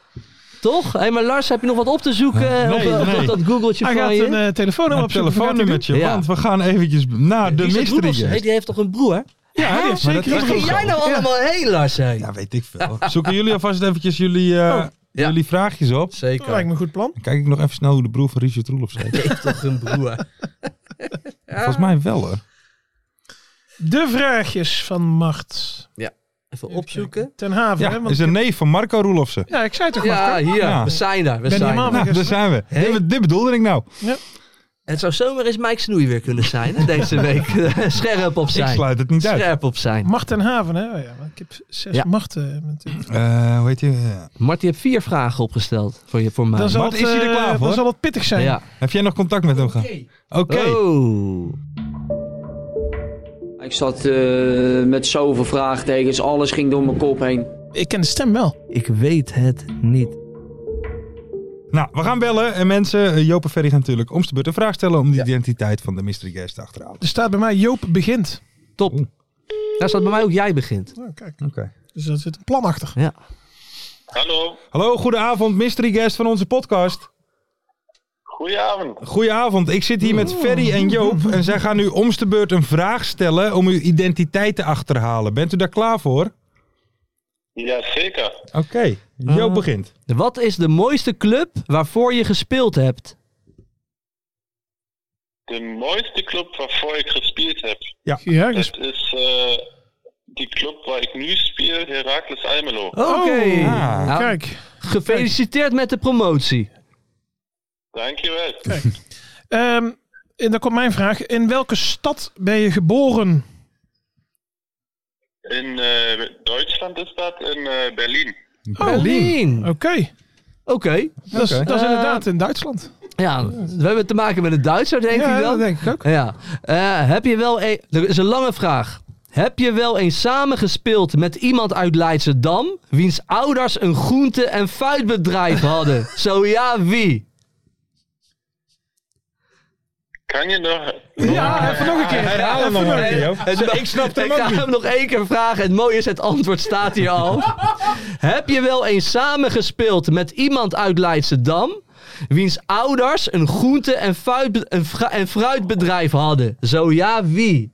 Toch? Hey, maar Lars, heb je nog wat op te zoeken op dat Googletje van je? Hij gaat een telefoonnummer opzoeken. Een telefoonnummertje, want we gaan eventjes naar de mysterie. Hey, die heeft toch een broer? Ja, waar ging jij nou allemaal heen, Lars? Ja, weet ik veel. Zoeken jullie alvast eventjes jullie jullie vraagjes op. Dat Zeker. lijkt me een goed plan. Dan kijk ik nog even snel hoe de broer van Richard Roelof schreef. Heeft toch een broer. Volgens mij wel hoor. De vraagjes van Mart. Even opzoeken. Ten Haven. Ja, hè, want is een neef van Marco Roelofsen. ja, ik zei toch Ja, Marco? hier. Ja. We zijn daar. We Ben zijn helemaal daar. Nou, daar zijn we. Hey. Dit bedoelde ik nou. Het zou zomaar eens Mike Snoei weer kunnen zijn hè, deze week. Scherp op Ik zijn. sluit het niet uit. Scherp op zijn. Mart ten Haven, hè? Oh ja, want ik heb 6 Ja. Marten. Natuurlijk. Hoe heet je? Mart, je hebt 4 vragen opgesteld voor mij. Dan zal, Mart, het, is hij er klaar voor? dan zal het pittig zijn. Ja. Heb jij nog contact met hem gehad? Oké. Oh. Ik zat met zoveel vraagtekens, alles ging door mijn kop heen. Ik ken de stem wel. Ik weet het niet. Nou, we gaan bellen. En mensen, Joop en Ferry gaan natuurlijk om de beurt een vraag stellen om de identiteit van de mystery guest te achterhalen. Er staat bij mij Joop begint. Top. Daar staat bij mij ook jij begint. Oh, kijk. Oké. Dus daar zit een plan achter. Ja. Hallo, Hallo, goedenavond, mystery guest van onze podcast. goedenavond. Goedenavond, ik zit hier met Ferry en Joop. En zij gaan u om de beurt een vraag stellen om uw identiteit te achterhalen. Bent u daar klaar voor? Jazeker. Oké, Joop begint. Wat is de mooiste club waarvoor je gespeeld hebt? De mooiste club waarvoor ik gespeeld heb, Ja, dat is die club waar ik nu speel, Heracles Almelo. Oké. Nou, Kijk. gefeliciteerd met de promotie. Dankjewel. En dan komt mijn vraag. In welke stad ben je geboren? In Duitsland is dat, in Berlin. Berlin. Oké. Oké. Dat is inderdaad in Duitsland. Ja, we hebben te maken met een Duitser, denk ik Ja, dan. dat denk ik ook. Ja. Heb je wel een... Dat is een lange vraag. Heb je wel eens samengespeeld met iemand uit Leidschendam, wiens ouders een groente- en fruitbedrijf hadden? Zo ja, wie? Kan je nog... Ja, even nog een keer. Herhaal hem nog maar een keer, Joop. Ik snap hem Ik ook ga niet. hem nog één keer vragen. Het mooie is, het antwoord staat hier al. Heb je wel eens samengespeeld met iemand uit Leidschendam, wiens ouders een groente- en fruitbedrijf hadden? Zo ja, wie?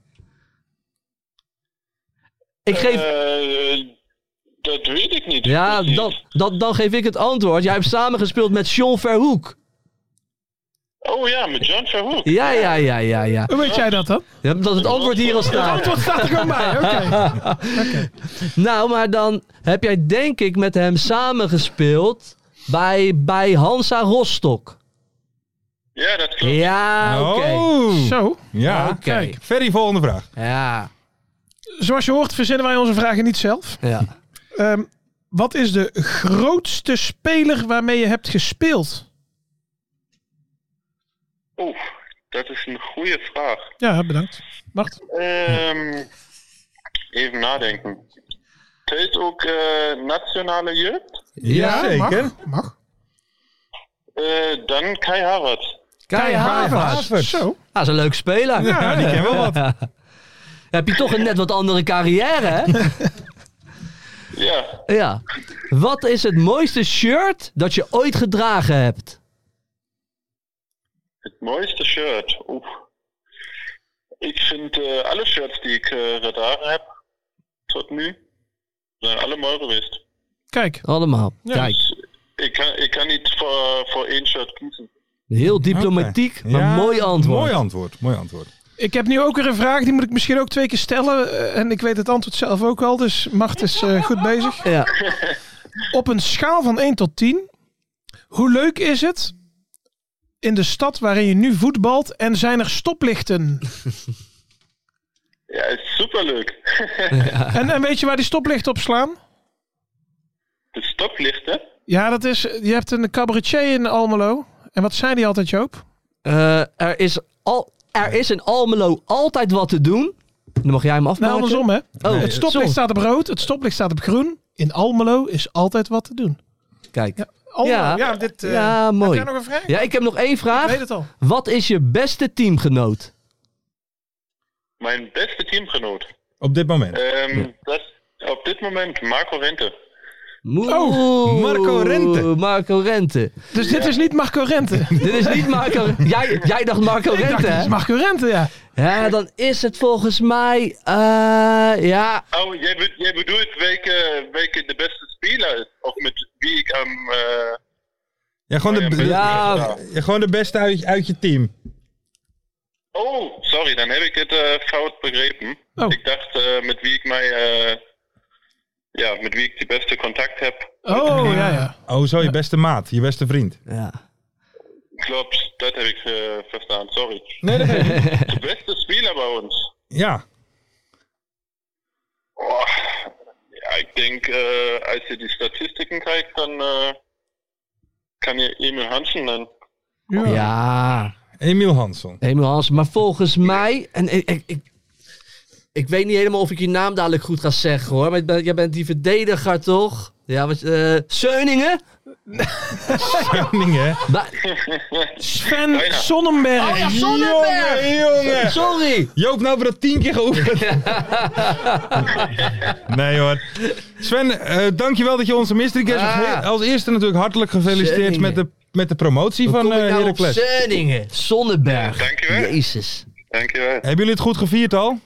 Ik geef... dat weet ik niet. Ja, precies. dan geef ik het antwoord. Jij hebt samengespeeld met John Verhoek. Oh ja, met John Verhoek. Ja. Hoe weet jij dat dan? Ja, dat het antwoord hier al Het staat. antwoord staat er gewoon bij. Oké. Nou, maar dan heb jij denk ik met hem samengespeeld bij Hansa Rostock. Ja, dat klopt. Ja, oké. Oh. Zo. Ja, Oké. kijk. Ferry, volgende vraag. Ja. Zoals je hoort verzinnen wij onze vragen niet zelf. Wat is de grootste speler waarmee je hebt gespeeld? Oeh, dat is een goede vraag. Ja, bedankt. Wacht. Even nadenken. Telt ook nationale jeugd? Ja, zeker. Mag. Dan Kai Havertz. Kai Havertz. Zo. Dat is een leuk speler. Ja, die ken wel wat. Heb je toch een net wat andere carrière, hè? Ja. Ja. Wat is het mooiste shirt dat je ooit gedragen hebt? Het mooiste shirt. Oeh. Ik vind alle shirts die ik gedragen heb, tot nu, zijn alle mooi geweest. Kijk. Allemaal. Ja. Kijk. Dus ik kan niet voor één shirt kiezen. Heel diplomatiek, maar Ja, mooi antwoord. Mooi antwoord. Ik heb nu ook weer een vraag, die moet ik misschien ook 2 keer stellen. En ik weet het antwoord zelf ook al, dus Mart is goed bezig. Ja. Op een schaal van 1 tot 10, hoe leuk is het in de stad waarin je nu voetbalt en zijn er stoplichten? Ja, is superleuk. En weet je waar die stoplichten op slaan? De stoplichten? Ja, dat is, je hebt een cabaretier in Almelo. En wat zei die altijd, Joop? Er is in Almelo altijd wat te doen. Dan mag jij hem afmaken. Nou, andersom, hè? Oh, Het stoplicht staat op rood, het stoplicht staat op groen. In Almelo is altijd wat te doen. Kijk. Ja, Almelo. Ja. Ja, dit, Ja, mooi. Heb jij nog een vraag? Ja, ik heb nog één vraag. Ik weet het al. Wat is je beste teamgenoot? Mijn beste teamgenoot. Op dit moment. Dat is op dit moment Marco Rente. Marco Rente. Marco Rente. Dus dit is niet Marco Rente. Dit is niet Marco... Jij dacht Marco Ik Rente, dacht, dit hè? is Marco Rente, ja. Ja, dan is het volgens mij... ja... Oh, jij bedoelt welke de beste Spieler ist, auch mit wie ich am... gewoon de beste uit je team. Oh, sorry, dan heb ik het fout begrepen. Oh. Ik dacht met wie ik met wie ik de beste contact heb. Oh, ja. Oh, zo, je beste maat, je beste vriend. Ja. Klopt, dat heb ik verstaan, sorry. Nee, dat weet ik niet. De beste speler bij ons. Ja. Oh, ja, ik denk, als je die statistieken kijkt, dan kan je Emil Hansson nennen. Ja. Emil Hansson. Maar volgens mij, en ik weet niet helemaal of ik je naam dadelijk goed ga zeggen hoor, maar jij bent die verdediger toch? Ja, Seuningen? Seuningen? Sven Sonnenberg. Oh ja, Sonnenberg! Jongen. Sorry. Joop, nou hebben we dat 10 keer geoefend. Nee hoor. Sven, dankjewel dat je onze mystery guest was. Als eerste natuurlijk hartelijk gefeliciteerd met de promotie van Heracles. Seuningen, Sonnenberg. Dankjewel. Jezus. Dankjewel. Hebben jullie het goed gevierd al?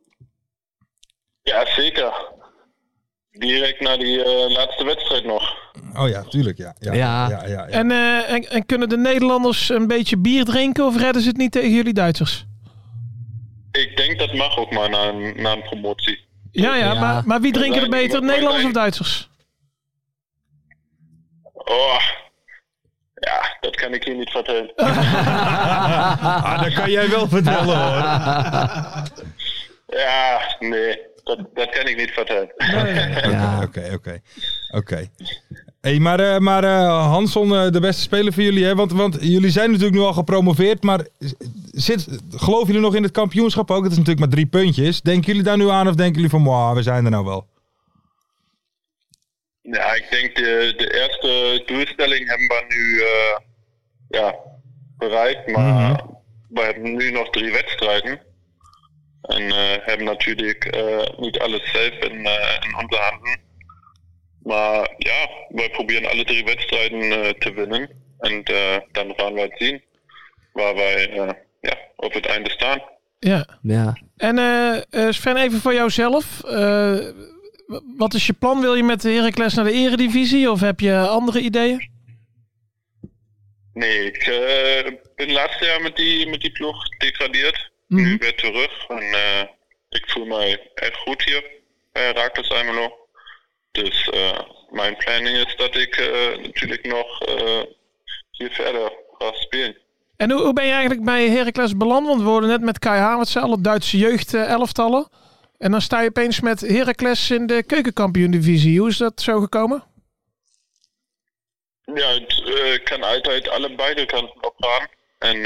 Ja, zeker. Direct na die laatste wedstrijd nog. Oh ja, tuurlijk. Ja. En kunnen de Nederlanders een beetje bier drinken of redden ze het niet tegen jullie Duitsers? Ik denk dat mag ook maar na een promotie. Ja. Maar wie drinken er beter, Nederlanders of Duitsers? Oh, ja, dat kan ik hier niet vertellen. Dat kan jij wel vertellen hoor. Ja, nee. Dat kan ik niet vertellen. Oké. Hey, maar Hansson, de beste speler voor jullie, hè? Want jullie zijn natuurlijk nu al gepromoveerd, maar geloven jullie nog in het kampioenschap ook? Het is natuurlijk maar 3 puntjes. Denken jullie daar nu aan of denken jullie van, we zijn er nou wel? Ja, ik denk de eerste doelstelling hebben we nu bereikt, maar we hebben nu nog 3 wedstrijden. En hebben natuurlijk niet alles zelf in onze handen. Maar ja, wij proberen alle 3 wedstrijden te winnen. En dan gaan we het zien waar wij op het einde staan. Ja. En Sven, even voor jouzelf. Wat is je plan? Wil je met de Heracles naar de Eredivisie of heb je andere ideeën? Nee, ik ben laatste jaar met die ploeg gedegradeerd. Nu weer terug en ik voel mij echt goed hier bij Heracles Almelo. Dus mijn planning is dat ik natuurlijk nog hier verder ga spelen. En hoe ben je eigenlijk bij Heracles beland? Want we hoorden net met Kai Havertz, alle Duitse jeugd-elftallen. En dan sta je opeens met Heracles in de keukenkampioen-divisie. Hoe is dat zo gekomen? Ja, het kan altijd beide kanten op gaan. En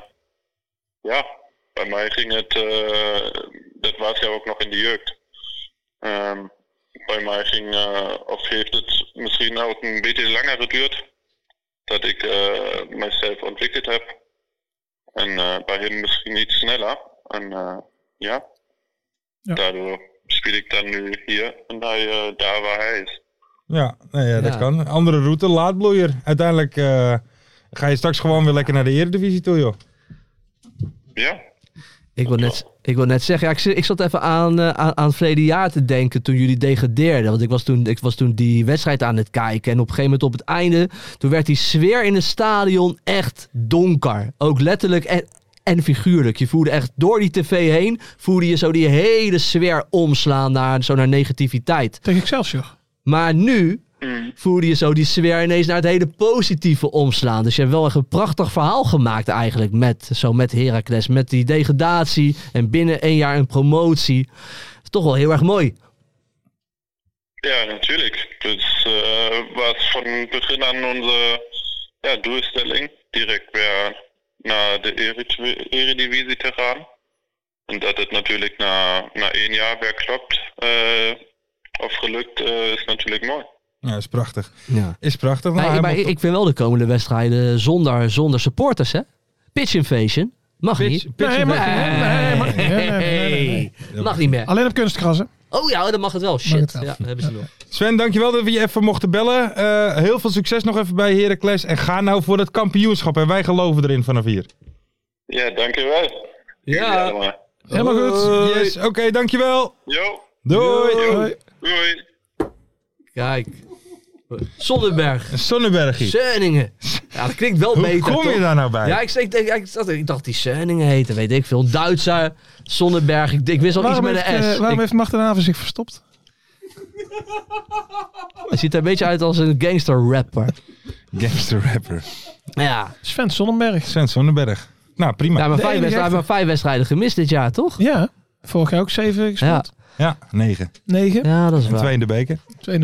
bij mij ging het, dat was ja ook nog in de jeugd. Bij mij ging, of heeft het misschien ook een beetje langer geduurd, dat ik mijzelf ontwikkeld heb. En bij hem misschien iets sneller. En daardoor speel ik dan nu hier en hij daar waar hij is. Ja, dat kan. Andere route, laadbloeier. Uiteindelijk ga je straks gewoon weer lekker naar de Eredivisie toe, joh. Ja. Ik wil net zeggen, ik zat even aan verleden jaar te denken toen jullie degradeerden. Want ik was toen die wedstrijd aan het kijken. En op een gegeven moment op het einde, toen werd die sfeer in het stadion echt donker. Ook letterlijk en figuurlijk. Je voelde echt door die tv heen, voelde je zo die hele sfeer omslaan naar negativiteit. Tegen Excelsior. Maar nu voelde je zo die sfeer ineens naar het hele positieve omslaan. Dus je hebt wel echt een prachtig verhaal gemaakt eigenlijk met Heracles. Met die degradatie en binnen 1 jaar een promotie. Dat is toch wel heel erg mooi. Ja, natuurlijk. Dus was van begin aan onze doelstelling. Direct weer naar de Eredivisie te gaan. En dat het natuurlijk na 1 jaar weer klopt. Of gelukt is natuurlijk mooi. Ja, is prachtig. Ja. Is prachtig. Maar ik vind wel de komende wedstrijden zonder supporters, hè? Pitch invasion. Mag niet. Mag niet meer. Alleen op kunstgras, hè? Oh ja, dan mag het wel. Shit. Ja, dat hebben ze wel. Sven, dankjewel dat we je even mochten bellen. Heel veel succes nog even bij Heracles. En ga nou voor het kampioenschap. En wij geloven erin vanaf hier. Ja, dankjewel. Ja. Helemaal goed. Yes, oké, dankjewel. Jo. Doei. Doei. Kijk. Sonnenbergie. Zeuningen. Ja, dat klinkt wel beter. Hoe kom je daar nou bij? Ja, ik dacht die Zeuningen heette, weet ik veel. Een Duitser, Sonnenberg. Ik wist al iets met een S. Waarom heeft Marten Haven zich verstopt? Hij ziet er een beetje uit als een gangster-rapper. Gangster-rapper. Ja. Sven Sonnenberg. Nou, prima. Ja, maar 5 wedstrijden gemist dit jaar, toch? Ja. Vorig jaar ook 7 gespeeld. Ja, 9. Ja, dat is waar. 2 in de beker.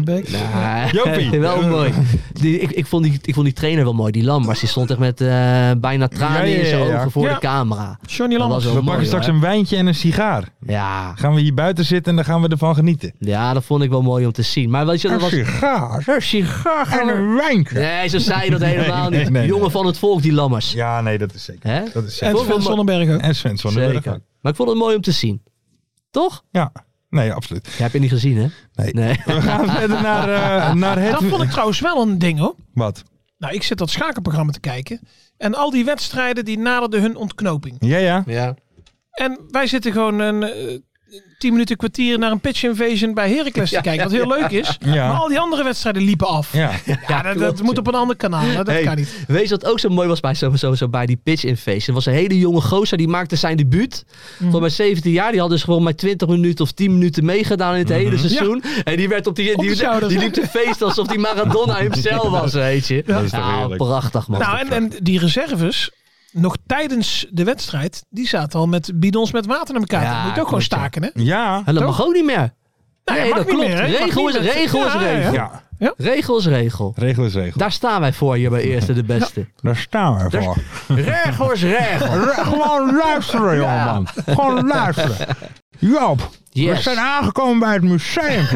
Jopie. Wel mooi. Ik vond die trainer wel mooi, die Lambers. Die stond echt met bijna tranen in zijn ogen voor de camera. Johnny Lambers. We pakken straks een wijntje en een sigaar. Ja. Gaan we hier buiten zitten en dan gaan we ervan genieten. Ja, dat vond ik wel mooi om te zien. Maar weet je, dat Een sigaar en een wijntje. Nee, zo zei je dat helemaal niet. Nee. Jongen van het volk, die Lammers. Ja, nee, dat is zeker. Hè? Dat is En Sven Sonnenberg ook. En Sven Sonnenberg ook. Maar ik vond het mooi om te zien. Toch? Ja. Nee, absoluut. Ja, heb je niet gezien, hè? Nee. We gaan verder naar het... Dat vond ik trouwens wel een ding, hoor. Wat? Nou, ik zit dat schakelprogramma te kijken. En al die wedstrijden die naderden hun ontknoping. Ja. En wij zitten gewoon een 10 minuten, kwartier naar een pitch invasion bij Heracles te kijken. Wat heel leuk is. Ja. Maar al die andere wedstrijden liepen af. Dat moet op een ander kanaal. Dat kan niet. Weet je wat ook zo mooi was bij, zo bij die pitch invasion? Er was een hele jonge gozer, die maakte zijn debuut. Tot bij 17 jaar. Die had dus gewoon maar 20 minuten of 10 minuten meegedaan in het hele seizoen. Ja. En die werd die liep te feesten alsof die Maradona hemzelf was, weet je. Ja, prachtig man. Nou, en die reserves... Nog tijdens de wedstrijd, die zaten al met bidons met water naar elkaar. Dat moet je ook gewoon staken, hè? Ja. En dat mag ook niet meer. Nee, dat klopt. Regel is regel. Ja. Regel is regel. Regel is regel. Daar staan wij voor hier bij Eerste de Beste. Ja, daar staan wij voor. Regel is regel. Gewoon luisteren, jongeman. Gewoon luisteren. Joop, we zijn aangekomen bij het museum.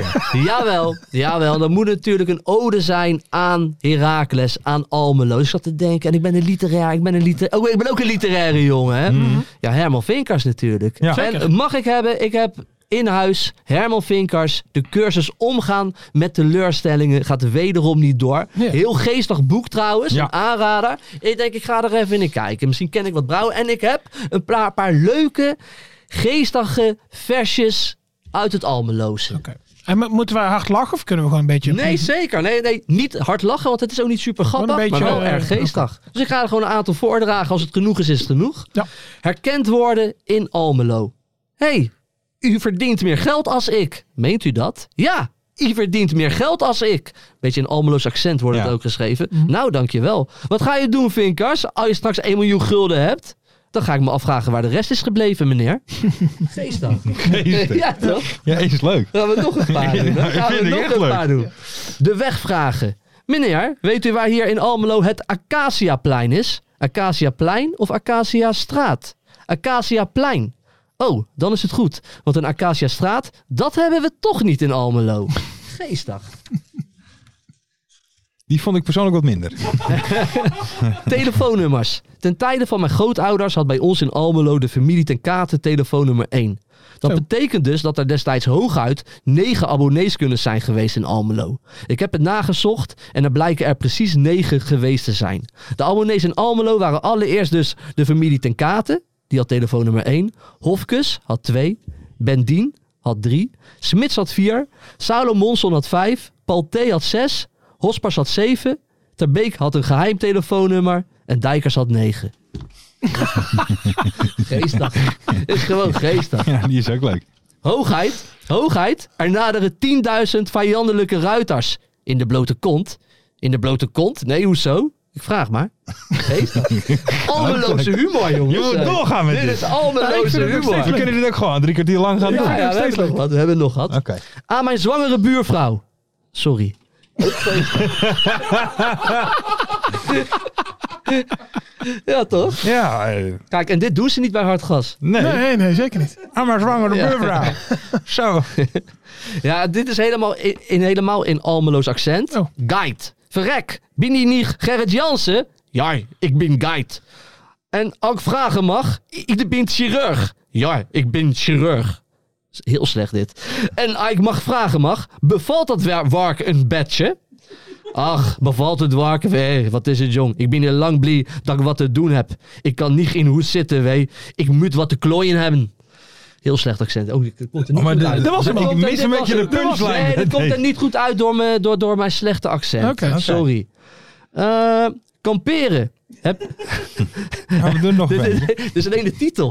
Jawel. Dat moet natuurlijk een ode zijn aan Heracles, aan Almelo. Dus ik zat te denken, en ik ben ook een literaire jongen. Hè? Ja, Herman Vinkers natuurlijk. Ja. En mag ik hebben, ik heb in huis Herman Vinkers, de cursus omgaan met teleurstellingen, gaat wederom niet door. Ja. Heel geestig boek trouwens, een aanrader. Ik denk, ik ga er even in kijken. Misschien ken ik wat brouwen. En ik heb een paar leuke, geestige versjes uit het Almeloze. Okay. En moeten we hard lachen of kunnen we gewoon een beetje... Nee, zeker. Nee, niet hard lachen, want het is ook niet super grappig, maar wel erg geestig. Okay. Dus ik ga er gewoon een aantal voordragen. Als het genoeg is, is het genoeg. Ja. Herkend worden in Almelo. Hey, u verdient meer geld als ik. Meent u dat? Ja, u verdient meer geld als ik. Beetje in Almeloos accent wordt het ook geschreven. Nou, dankjewel. Wat ga je doen, Vinkers, als je straks 1 miljoen gulden hebt? Dan ga ik me afvragen waar de rest is gebleven, meneer. Geestig. Ja, toch? Ja, is leuk. Dan gaan we nog een paar doen. De wegvragen. Meneer, weet u waar hier in Almelo het Acaciaplein is? Acaciaplein of Acaciastraat? Acaciaplein. Oh, dan is het goed. Want een Acaciastraat, dat hebben we toch niet in Almelo. Geestig. Die vond ik persoonlijk wat minder. Telefoonnummers. Ten tijde van mijn grootouders had bij ons in Almelo de familie ten Kate telefoonnummer 1. Dat betekent dus dat er destijds hooguit 9 abonnees kunnen zijn geweest in Almelo. Ik heb het nagezocht en er blijken er precies 9 geweest te zijn. De abonnees in Almelo waren allereerst dus de familie ten Kate, die had telefoonnummer 1. Hofkes had 2. Bendien had 3. Smits had 4. Salomonson had 5. Paul T. had 6. Hospers had 7. Terbeek had een geheim telefoonnummer. En Dijkers had 9. Geestig. Is gewoon geestig. Ja, die is ook leuk. Hoogheid. Er naderen 10.000 vijandelijke ruiters. In de blote kont. In de blote kont? Nee, hoezo? Ik vraag maar. Geestig. Almeloze humor, jongens. Je moet doorgaan met dit. Dit is Almeloze humor. We kunnen dit ook gewoon 3 kwartier lang gaan doen. Ja, we hebben nog wat. Okay. Aan mijn zwangere buurvrouw. Sorry. Ja, toch? Ja. Kijk, en dit doen ze niet bij Hartgas. Nee, zeker niet. Aan mijn zwangere buurvrouw. Zo. Ja, dit is helemaal in Almeloos accent. Oh. Guide. Verrek. Ben je niet Gerrit Jansen? Ja, ik ben guide. En als ik vragen mag, ik ben chirurg. Ja, ik ben chirurg. Heel slecht dit. En als ik vragen bevalt dat werk een bedje? Ach, bevalt het werk? Wat is het, jong? Ik ben heel lang blij dat ik wat te doen heb. Ik kan niet in huis zitten, Ik moet wat te klooien hebben. Heel slecht accent. Oh, dat komt er niet maar goed uit. Dat was ik mis een beetje de punchline. Nee, dat komt er niet goed uit door mijn slechte accent. Okay. Sorry. Kamperen. We doen nog Dit is alleen de titel.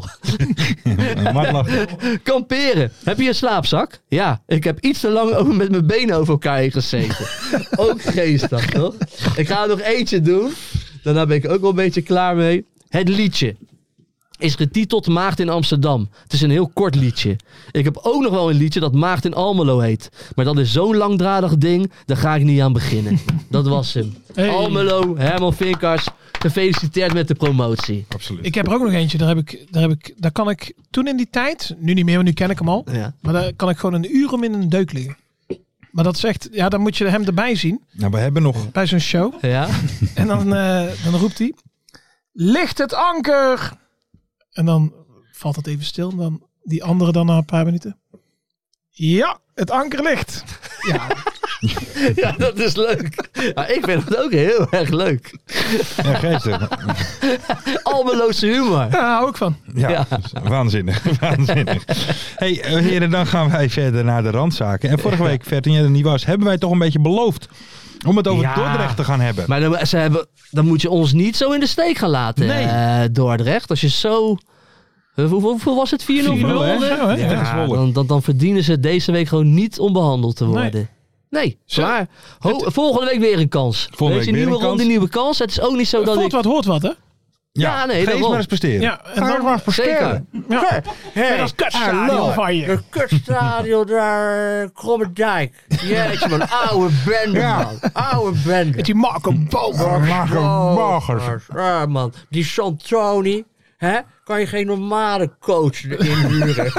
Kamperen. Heb je een slaapzak? Ja, ik heb iets te lang met mijn benen over elkaar heen gezeten. Ook geestig, toch? Ik ga er nog eentje doen. Daarna ben ik ook wel een beetje klaar mee. Het liedje is getiteld Maagd in Amsterdam. Het is een heel kort liedje. Ik heb ook nog wel een liedje dat Maagd in Almelo heet. Maar dat is zo'n langdradig ding, daar ga ik niet aan beginnen. Dat was hem. Hey. Almelo, Herman Vinkers, gefeliciteerd met de promotie. Absoluut. Ik heb er ook nog eentje, daar kan ik toen in die tijd, nu niet meer, want nu ken ik hem al. Ja. Maar daar kan ik gewoon een uur om in een deuk liggen. Maar dat zegt, ja, dan moet je hem erbij zien. Nou, we hebben nog... Bij zo'n show. Ja. En dan roept hij, licht het anker! En dan valt het even stil. En dan die andere dan na een paar minuten. Ja, het anker ligt. Ja. Ja, dat is leuk. Ja, ik vind het ook heel erg leuk. Ja, geestig. Almeloze humor. Ja, hou ik van. Ja. Waanzinnig. Hey, heren, dan gaan wij verder naar de randzaken. En vorige week, Vert, toen jij er niet was, hebben wij toch een beetje beloofd om het over Dordrecht te gaan hebben. Maar dan moet je ons niet zo in de steek gaan laten, Dordrecht. Als je zo... Hoeveel was het? 4-0 verloren? Ja, dan verdienen ze deze week gewoon niet om behandeld te worden. Nee, klaar. Volgende week weer een kans. Nieuwe ronde, nieuwe kans. Het is ook niet zo dat wat hoort wat, hè? Ja, nee, ga eens maar eens presteren. Ja, en dan maar presteren. Ja. Hey, dat is kutstadion van je. De kutstadion daar, Krommerdijk. Jeetje man, oude bende man. Oude bende. Met die Marco Bogers. Ja man, die Santoni. Hè? Kan je geen normale coach inhuren?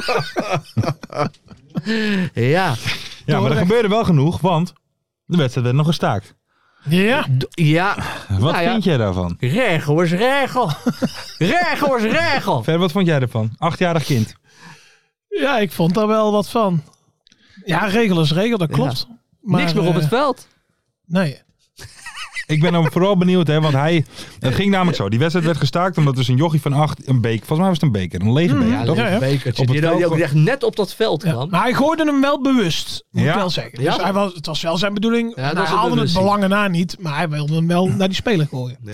Ja. Ja, maar er gebeurde wel genoeg, want de wedstrijd werd nog gestaakt. Ja. Wat vind jij daarvan? Regel is regel. Regel is regel. Ver, wat vond jij ervan? 8-jarig kind. Ja, ik vond daar wel wat van. Ja, regel is regel, dat klopt. Ja. Maar, niks meer op het veld. Nee. Ik ben dan vooral benieuwd, hè, want het ging namelijk zo. Die wedstrijd werd gestaakt omdat dus een jochie van 8, een beker, volgens mij was het een beker, een lege beker. Ja, een bekertje. Die ook echt net op dat veld kwam. Ja, maar hij gooide hem wel bewust, moet ik wel zeggen. Dus het was wel zijn bedoeling. Ja, hij haalde het belangen na niet, maar hij wilde hem wel naar die speler gooien. Ja.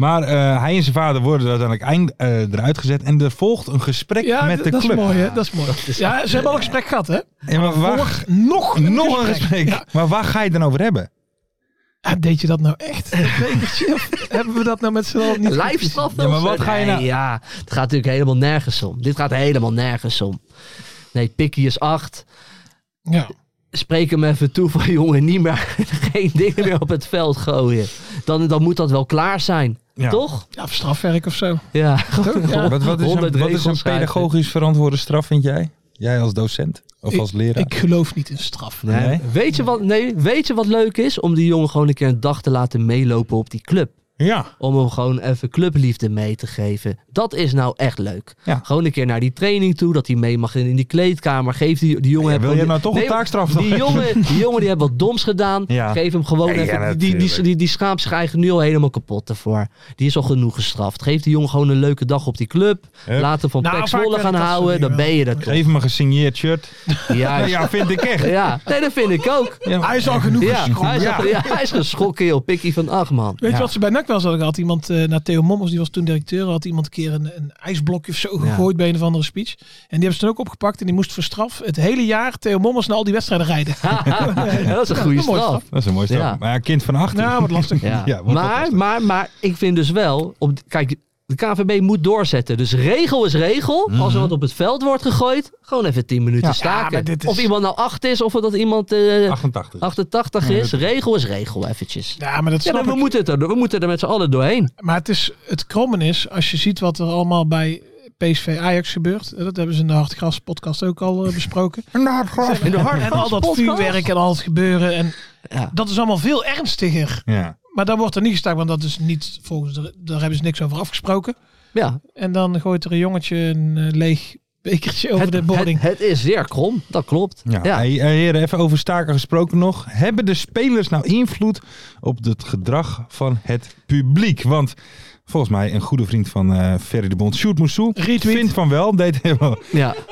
Dat is mooi, hè? Dat is mooi. Ja, ze hebben al een gesprek gehad, hè? Ja, maar nog een gesprek. Ja. Maar waar ga je het dan over hebben? Ja, deed je dat nou echt? Of hebben we dat nou met z'n allen niet? Lijfstraf? Ja, maar wat ga je nou? Ja, het gaat natuurlijk helemaal nergens om. Dit gaat helemaal nergens om. Nee, Pikkie is 8. Ja. Spreek hem even toe van jongen, niet meer geen dingen meer op het veld gooien. Dan moet dat wel klaar zijn. Ja. Toch? Ja, of strafwerk of zo. Ja. Wat is een pedagogisch verantwoorde straf, vind jij? Jij als docent? Of als leraar? Ik geloof niet in straf. Nee. Weet je wat leuk is? Om die jongen gewoon een keer een dag te laten meelopen op die club. Ja. Om hem gewoon even clubliefde mee te geven. Dat is nou echt leuk. Ja. Gewoon een keer naar die training toe. Dat hij mee mag in die kleedkamer. Geef die jongen... Ja, wil je nou toch een taakstraf? Die jongen die heeft wat doms gedaan. Ja. Geef hem gewoon even... Die schaamt zich eigenlijk nu al helemaal kapot ervoor. Die is al genoeg gestraft. Geef die jongen gewoon een leuke dag op die club. Laat hem van Pek Zwolle gaan houden. Dan ben je dat toch. Geef hem een gesigneerd shirt. Ja, vind ik echt. Ja, nee, dat vind ik ook. Ja. Hij is al genoeg geschrokken. Hij is geschrokken, joh. Pikkie van 8, man. Weet je wat ze bij NAC wel hadden? Had iemand naar Theo Mommers, die was toen directeur, had iemand een keer een ijsblokje of zo gegooid bij een of andere speech. En die hebben ze toen ook opgepakt en die moest voor straf het hele jaar Theo Mommers naar al die wedstrijden rijden. Dat is een goede straf. Dat is een mooie straf. Ja. Maar een kind van 8. Ja, wat lastig. Ja. Maar ik vind dus wel, kijk, de KNVB moet doorzetten. Dus regel is regel. Als er wat op het veld wordt gegooid, gewoon even 10 minuten staken. Of iemand nou 8 is, of dat iemand 88 is. Regel is regel, eventjes. Ja, maar dat snap we moeten er met z'n allen doorheen. Maar het krommen is, als je ziet wat er allemaal bij PSV Ajax gebeurt. Dat hebben ze in de Hartgras podcast ook al besproken. In de Hartgras en al dat vuurwerk en al het gebeuren. En dat is allemaal veel ernstiger. Ja. Maar daar wordt er niet gestaakt, want dat is niet daar hebben ze niks over afgesproken. Ja. En dan gooit er een jongetje een leeg bekertje over de boarding. Het is zeer krom, dat klopt. Ja. Hey, heren, even over staken gesproken nog. Hebben de spelers nou invloed op het gedrag van het publiek? Want volgens mij een goede vriend van Ferry de Bond, Sjoerd Moussou, vindt van wel. Deed helemaal. Ja.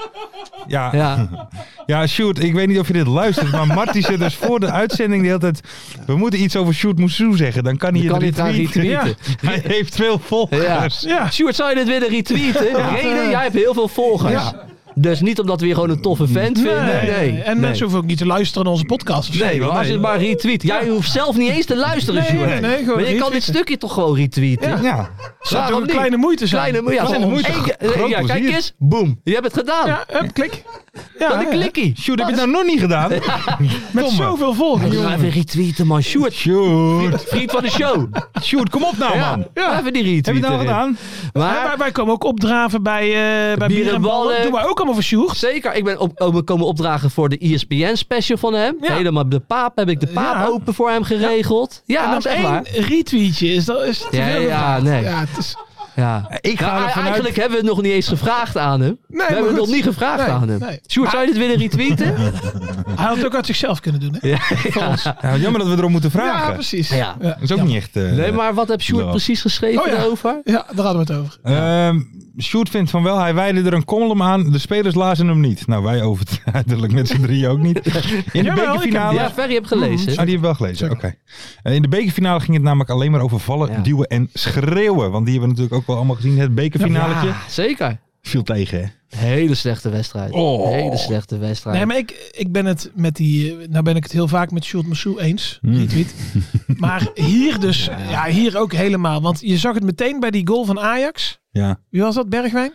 Ja, Sjoerd, ik weet niet of je dit luistert, maar Marty zit dus voor de uitzending de hele tijd... We moeten iets over Sjoerd Moussou zeggen, dan kan hij het retweeten. Ja. Hij heeft veel volgers. Ja. Sjoerd, zou je dit willen retweeten? Reden, jij hebt heel veel volgers. Ja. Dus niet omdat we je gewoon een toffe vent vinden. Nee. En mensen hoeven ook niet te luisteren naar onze podcast. Nee, maar als je het maar retweet. Jij hoeft zelf niet eens te luisteren, Sjoerd. Nee, maar je kan dit stukje toch gewoon retweeten? Ja. Dat zou een kleine moeite zijn. Kleine moeite. Ja, kijk eens. Boom. Je hebt het gedaan. Ja, klik. Ja, dat een klikkie. Sjoerd, heb je het nou nog niet gedaan? Met zoveel volgers. Even retweeten, man. Sjoerd. Vriend van de show. Sjoerd, kom op nou, man. Ja, even die retweeten. Heb je het nou gedaan? Maar wij komen ook opdraven bij Bier en Ballen. Doen wij ook allemaal voor Sjoerd. Zeker. Ik ben komen opdragen voor de ESPN special van hem. Ja. Helemaal de Paap. Heb ik de Paap open voor hem geregeld. Ja, en dan zeg maar. Retweetje is te veel. Nee. Ja, het is... Ja. Eigenlijk hebben we het nog niet eens gevraagd aan hem. We hebben het nog niet gevraagd aan hem. Nee. Sjoerd, zou je dit willen retweeten? Hij had het ook uit zichzelf kunnen doen, hè? Ja, jammer dat we erom moeten vragen. Ja, precies. Dat is ook niet echt... nee, maar wat heb Sjoerd precies geschreven daarover? Ja, daar hadden we het over. Sjoerd vindt van wel, hij wijde er een column aan. De spelers lazen hem niet. Nou, wij uiteindelijk met z'n drieën ook niet. In de bekerfinale... Ja, Ferry heb gelezen. Die heb wel gelezen, oké. In de bekerfinale ging het namelijk alleen maar over vallen, duwen en schreeuwen. Want die hebben we natuurlijk ook wel allemaal gezien. Het bekerfinaletje. Ja, zeker. Viel tegen, hè? Hele slechte wedstrijd. Hele slechte wedstrijd. Nee, maar ik ben het met die... Nou ben ik het heel vaak met Sjoerd Moussou eens. Retweet. Maar hier dus... Ja, hier ook helemaal. Want je zag het meteen bij die goal van Ajax. Ja. Wie was dat? Bergwijn?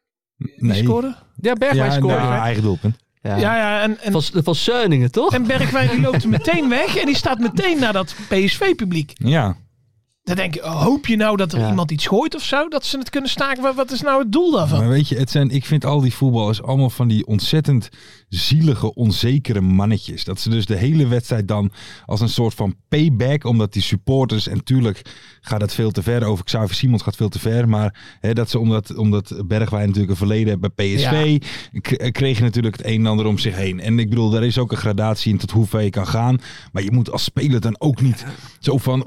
Die scoorde? Ja, Bergwijn scoorde. Ja, eigen doelpunt. Ja, en van Seuningen, toch? En Bergwijn die loopt meteen weg en die staat meteen naar dat PSV-publiek. Ja. Dan denk je, hoop je nou dat er iemand iets gooit of zo? Dat ze het kunnen staken? Wat is nou het doel daarvan? Maar weet je, ik vind al die voetballers allemaal van die ontzettend zielige, onzekere mannetjes. Dat ze dus de hele wedstrijd dan als een soort van payback, omdat die supporters, en tuurlijk gaat het veel te ver, over Xavier Simons gaat veel te ver, maar dat ze omdat Bergwijn natuurlijk een verleden heeft bij PSV, kreeg je natuurlijk het een en ander om zich heen. En ik bedoel, daar is ook een gradatie in tot hoe ver je kan gaan. Maar je moet als speler dan ook niet zo van,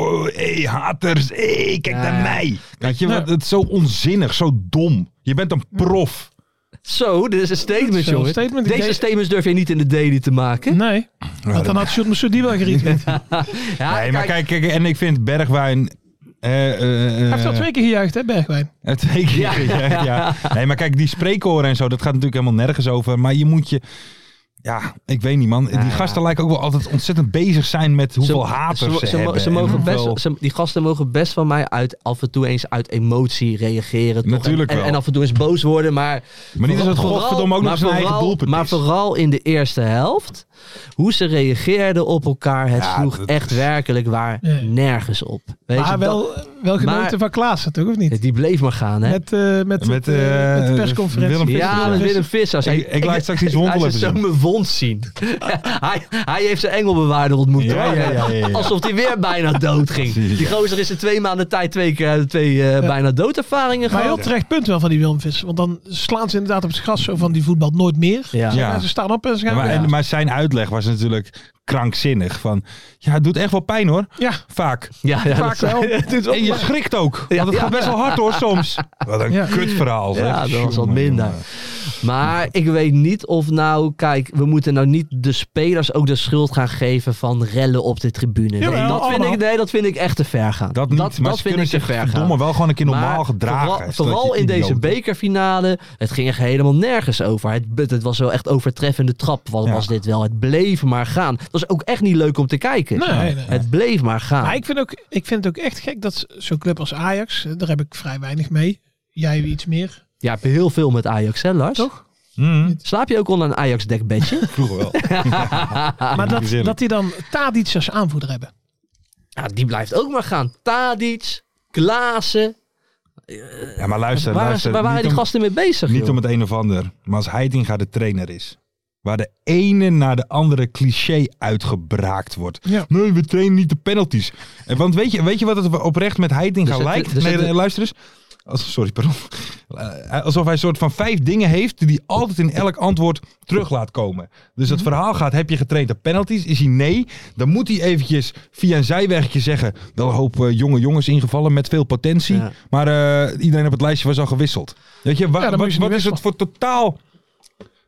haters, kijk naar mij. Weet je, het is zo onzinnig, zo dom. Je bent een prof. Zo, dit is een statement, jongen. Deze statements durf je niet in de daily te maken. Nee, want dan had Sjoerd Moussou die wel geretweet. Nee, maar kijk, en ik vind Bergwijn... Hij heeft al 2 keer gejuicht, hè, Bergwijn? 2 keer gejuicht, ja. Nee, maar kijk, die spreekkoren en zo, dat gaat natuurlijk helemaal nergens over. Maar je moet je... Ja, ik weet niet, man. Die gasten lijken ook wel altijd ontzettend bezig zijn met hoeveel haters ze hebben. Ze mogen die gasten mogen best van mij af en toe eens uit emotie reageren. Natuurlijk wel. En af en toe eens boos worden, maar niet als het godverdomme ook nog zijn eigen doelpunt maar vooral in de eerste helft, hoe ze reageerden op elkaar, het sloeg echt werkelijk waar nergens op. Weet maar wel genoten van Klaassen, toch, of niet? Die bleef maar gaan, hè? Met de persconferentie. Met Willem Vissers. Ik laat straks iets wonderlijks zien. Zien. Hij heeft zijn engelbewaarder ontmoet. Ja. Alsof hij weer bijna dood ging. Die gozer is in 2 maanden tijd 2 keer bijna doodervaringen gehad. Maar heel terecht punt wel van die Willem Vissers. Want dan slaan ze inderdaad op het gras zo van die voetbal nooit meer. Ja. Ze staan op en ze gaan maar zijn uitleg was natuurlijk krankzinnig. Van, het doet echt wel pijn, hoor. Ja. Vaak. Vaak wel. En je schrikt ook. Want het gaat best wel hard, hoor, soms. Wat een kutverhaal. Zeg. Ja, dat was wat minder. Maar ik weet niet of nou... Kijk, we moeten nou niet de spelers ook de schuld gaan geven van rellen op de tribune. Dat vind ik echt te ver gaan. Dat niet, maar dat vind ik te ver gaan. Maar wel gewoon een keer normaal gedragen. Vooral in deze bekerfinale. Het ging echt helemaal nergens over. Het was wel echt overtreffende trap. Was dit wel. Het bleef maar gaan. Het was ook echt niet leuk om te kijken. Nee. Het bleef maar gaan. Maar ik vind het ook echt gek dat zo'n club als Ajax... Daar heb ik vrij weinig mee. Jij iets meer. Ja, ik heb heel veel met Ajax, hè, Lars? Toch? Slaap je ook onder een Ajax-dekbedje? Vroeger wel. Maar dat die dan Tadic als aanvoerder hebben. Ja, die blijft ook maar gaan. Tadic, Klaassen. Ja, maar luister. Waar waren die gasten mee bezig? Niet om het een of ander. Maar als Heitinga de trainer is. Waar de ene naar de andere cliché uitgebraakt wordt. Ja. Nee, we trainen niet de penalties. Want weet je wat het oprecht met Heitinga lijkt? Luister eens. Sorry, pardon. Alsof hij een soort van 5 dingen heeft die hij altijd in elk antwoord terug laat komen. Dus het verhaal gaat, heb je getraind op penalties? Is hij nee? Dan moet hij eventjes via een zijwegje zeggen, wel een hoop jonge jongens ingevallen met veel potentie. Ja. Maar iedereen op het lijstje was al gewisseld. Weet je, wat is het voor totaal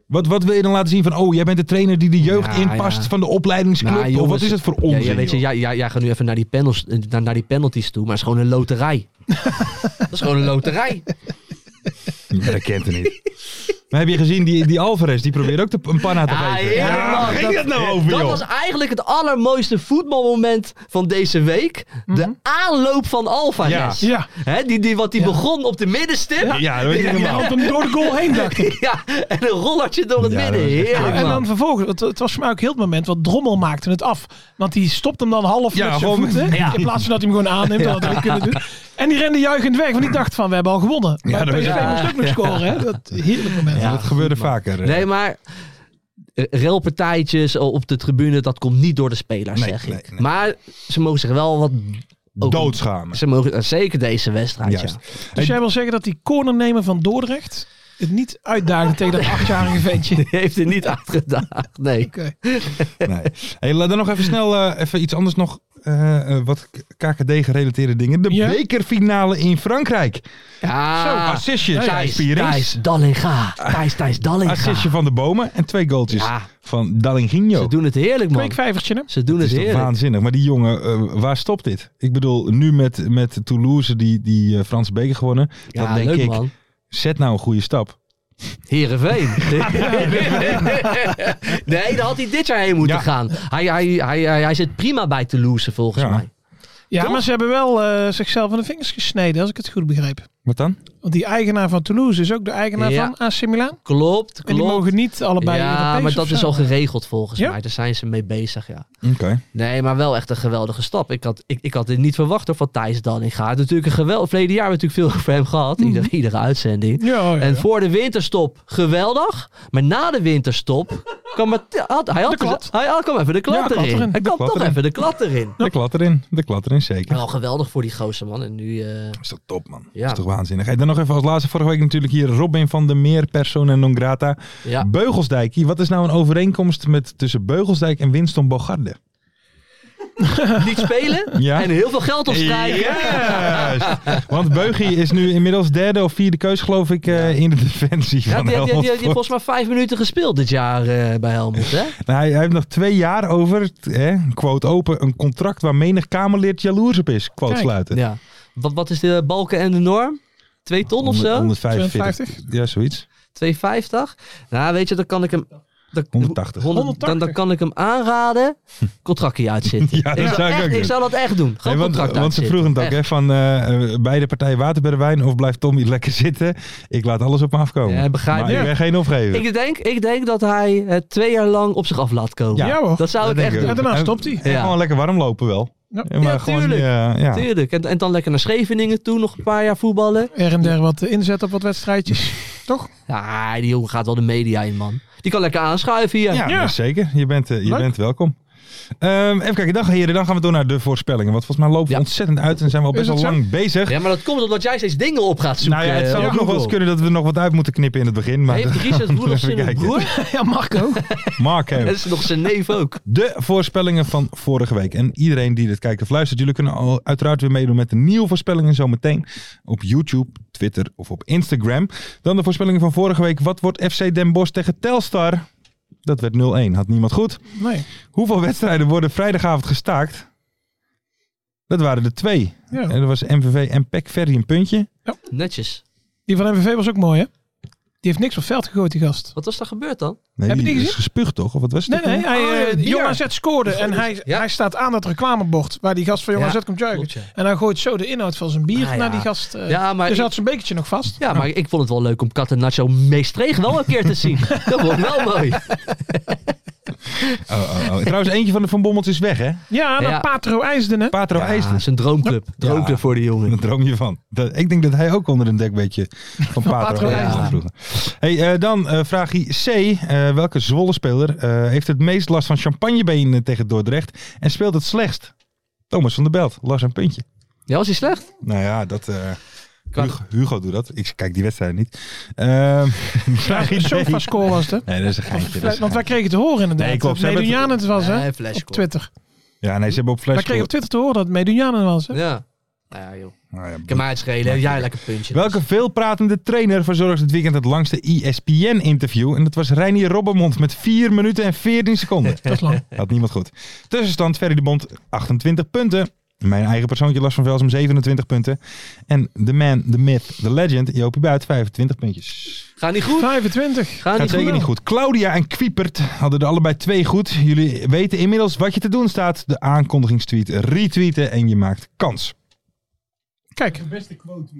Wat wil je dan laten zien van, jij bent de trainer die de jeugd inpast van de opleidingsclub? Jongens, of wat is het voor onzin? Weet je, jij gaat nu even naar die penalties toe, maar het is gewoon een loterij. Dat is gewoon een loterij. Ja, dat kent hij niet. Maar heb je gezien, die Alvarez, die probeert ook een panna te geven. Waar ging dat nou over, joh? Dat was eigenlijk het allermooiste voetbalmoment van deze week. De aanloop van Alvarez. Ja. Hè, die begon op de middenstip. Ja, dat weet ik helemaal. En door de goal heen, dacht ik. Ja, en een rollertje door het midden. Heerlijk, en dan vervolgens, het was voor mij ook heel het moment, want Drommel maakte het af. Want die stopt hem dan half met zijn voeten. In plaats van dat hij hem gewoon aanneemt. Dat had hij kunnen doen. En die rende juichend weg, want die dacht van, we hebben al gewonnen. Maar PSV moest ook nog scoren. Hè? Dat heerlijk moment. Ja, dat gebeurde vaker. Nee, maar relpartijtjes op de tribune, dat komt niet door de spelers, zeg ik. Nee. Maar ze mogen zich wel wat doodschamen. Ze mogen zeker deze wedstrijd. Ja. Dus jij wil zeggen dat die cornernemer van Dordrecht het niet uitdagen tegen dat 8-jarige ventje? Die heeft het niet uitgedaagd, nee. Okay. Nee. Hey, laat dan nog even snel even iets anders nog. Wat KKD-gerelateerde dingen. De bekerfinale in Frankrijk. Ja. Zo, assistje. Thijs Dallinga. Thijs Dallinga. Assistje van de Bomen en 2 goaltjes van Dallinginho. Ze doen het heerlijk, man. Kweekvijvertje. Ze doen het heerlijk. Waanzinnig. Maar die jongen, waar stopt dit? Ik bedoel, nu met Toulouse die Franse beker gewonnen. Dan denk leuk, ik, man. Zet nou een goede stap. Heerenveen. Nee, daar had hij dit jaar heen moeten gaan. Hij zit prima bij Toulouse, volgens mij. Ja, Toch? maar ze hebben wel zichzelf aan de vingers gesneden, als ik het goed begreep. Wat dan? Want die eigenaar van Toulouse is ook de eigenaar van AC Milan. Klopt. En die mogen niet allebei Europees maar dat of is zo. al geregeld volgens mij. Daar zijn ze mee bezig, ja. Oké. Nee, maar wel echt een geweldige stap. Ik had dit niet verwacht hoor, van Thijs Dallinga. Natuurlijk een geweldig. Verleden jaar hebben we natuurlijk veel over hem gehad. Iedere uitzending. Ja. En voor de winterstop geweldig. Maar na de winterstop kwam kwam even de klad erin. Hij kwam toch even de klad erin. De klad erin, zeker. Wel geweldig voor die gozer, man. En nu... is toch top, man. Ja. Dat is toch waanzinnig. Hey, dan nog even als laatste. Vorige week natuurlijk hier Robin van der Meer, persona non grata. Ja. Beugelsdijk. Wat is nou een overeenkomst tussen Beugelsdijk en Winston Bogarde? Niet spelen en heel veel geld opstrijken. Juist. Want Beugie is nu inmiddels 3e of 4e keus, geloof ik, in de defensie van Helmond. Die heeft volgens mij 5 minuten gespeeld dit jaar bij Helmond. Hè? Nou, hij heeft nog 2 jaar over, quote open, een contract waar menig Kamerlid jaloers op is, quote sluiten. Ja. Wat is de balken en de norm? 2 ton of zo? 145. Ja, zoiets. 250? Nou, weet je, dan kan ik hem... 180. Dan kan ik hem aanraden. Contractje uitzitten. Ja, ik zou dat echt doen. Gewoon contract want ze vroegen het ook van beide partijen water bij de wijn of blijft Tommy lekker zitten. Ik laat alles op me afkomen. Ja, begrijp maar ik ben geen opgever. Ik denk dat hij het 2 jaar lang op zich af laat komen. Ja, dat zou ik echt doen. En daarna stopt hij. En gewoon lekker warm lopen wel. Ja, tuurlijk. En dan lekker naar Scheveningen toe, nog een paar jaar voetballen. Er en der wat inzet op wat wedstrijdjes. Toch? Ja, die jongen gaat wel de media in, man. Die kan lekker aanschuiven hier. Ja, zeker. Je bent welkom. Even kijken, dan gaan we door naar de voorspellingen. Want volgens mij lopen we ontzettend uit en zijn we al best wel lang bezig. Ja, maar dat komt omdat jij steeds dingen op gaat zoeken. Nou ja, het zou ook nog wel eens kunnen dat we nog wat uit moeten knippen in het begin. Maar heeft Richard Roelofs een broer? Ja, Marco. Marco. Dat is nog zijn neef ook. De voorspellingen van vorige week. En iedereen die dit kijkt of luistert, jullie kunnen uiteraard weer meedoen met de nieuwe voorspellingen zometeen. Op YouTube, Twitter of op Instagram. Dan de voorspellingen van vorige week. Wat wordt FC Den Bosch tegen Telstar? Dat werd 0-1. Had niemand goed. Nee. Hoeveel wedstrijden worden vrijdagavond gestaakt? Dat waren er 2. Ja. En dat was MVV en PEC Ferry een puntje. Ja. Netjes. Die van MVV was ook mooi, hè? Die heeft niks op veld gegooid, die gast. Wat was daar gebeurd dan? Nee, heb je die niet is gezien? gespuugd toch? Of wat was het? Nee. Jong AZ scoorde en hij staat aan dat reclamebord waar die gast van Jong AZ komt juichen. Goed, ja. En hij gooit zo de inhoud van zijn bier naar die gast. Maar dus hij had zijn bekertje nog vast. Ja, maar ik vond het wel leuk om Catenaccio Meestreeg wel een keer te zien. Dat wordt wel mooi. Trouwens, eentje van de Van Bommels is weg, hè? Ja, naar Patro IJsden, hè? Patro IJsden. Dat is een droomclub. Droomclub voor die jongen. Daar droom je van. Ik denk dat hij ook onder een dekbeetje van Patro IJsden vroeger. Hey, dan vraag C. Welke Zwolle-speler heeft het meest last van champagnebeen tegen Dordrecht en speelt het slechtst? Thomas van der Belt. Las een puntje. Ja, was hij slecht? Nou ja, dat... Hugo doet dat. Ik kijk die wedstrijd niet. Sofa-score was het, hè? Nee, dat is een geintje. Want wij kregen te horen inderdaad. Nee, klopt. Medunjanen het was, hè? Op Twitter. Ja, nee, ze hebben op Flash. Wij kregen op Twitter te horen dat het Medunjanen was, hè? Ja. Nou ja, joh. Nou ja, Ik kan mij het schelen. Jij lekker puntje. Welke veelpratende trainer verzorgde dit weekend het langste ESPN-interview? En dat was Reinier Robbermond met 4 minuten en 14 seconden. Dat is lang. Had niemand goed. Tussenstand Ferry de Bond 28 punten. Mijn eigen persoontje Lars van Velsen 27 punten. En de man, the myth, the legend, Jopie Buit 25 puntjes. Gaat niet goed? 25. Gaat zeker niet goed. Claudia en Kwiepert hadden er allebei 2 goed. Jullie weten inmiddels wat je te doen staat. De aankondigingstweet retweeten en je maakt kans. Kijk. De beste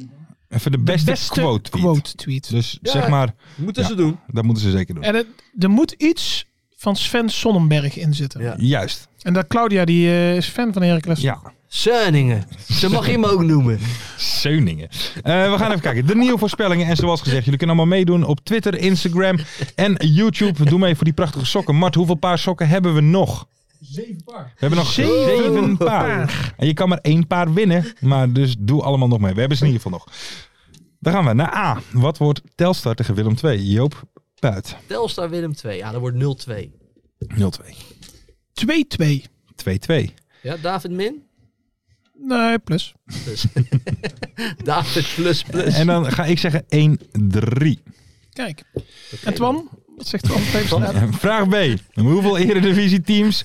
quote tweet. Dus Ja, zeg maar... Moeten ze doen. Dat moeten ze zeker doen. En er moet iets van Sven Sonnenberg in zitten. Ja. Juist. En dat Claudia, die is fan van Heracles. Ja. Zeuningen. Ze mag je hem ook noemen. Zeuningen. We gaan even kijken. De nieuwe voorspellingen. En zoals gezegd, jullie kunnen allemaal meedoen op Twitter, Instagram en YouTube. Doe mee voor die prachtige sokken. Mart, hoeveel paar sokken hebben we nog? 7 paar. We hebben nog 7 paar. En je kan maar 1 paar winnen. Maar dus doe allemaal nog mee. We hebben ze in ieder geval nog. Dan gaan we naar A. Wat wordt Telstar tegen Willem II? Joop Buit. Telstar Willem 2. Ja, dat wordt 0-2. 0-2. 2-2. Ja, David min? Nee, plus. David plus. En dan ga ik zeggen 1-3. Kijk. En Twan? Wat zegt Twan? Vraag B. Hoeveel Eredivisie teams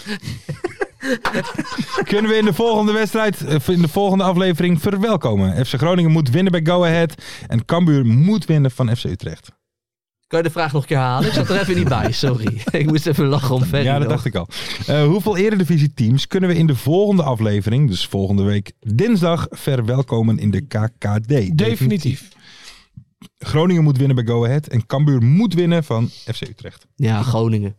kunnen we in de volgende wedstrijd, in de volgende aflevering verwelkomen? FC Groningen moet winnen bij Go Ahead en Cambuur moet winnen van FC Utrecht. Kan je de vraag nog een keer halen? Ik zat er even niet bij, sorry. Ik moest even lachen om verder. Ja, dat dacht ik al. Hoeveel Eredivisie teams kunnen we in de volgende aflevering, dus volgende week dinsdag, verwelkomen in de KKD? Definitief. Groningen moet winnen bij Go Ahead en Cambuur moet winnen van FC Utrecht. Ja, Groningen.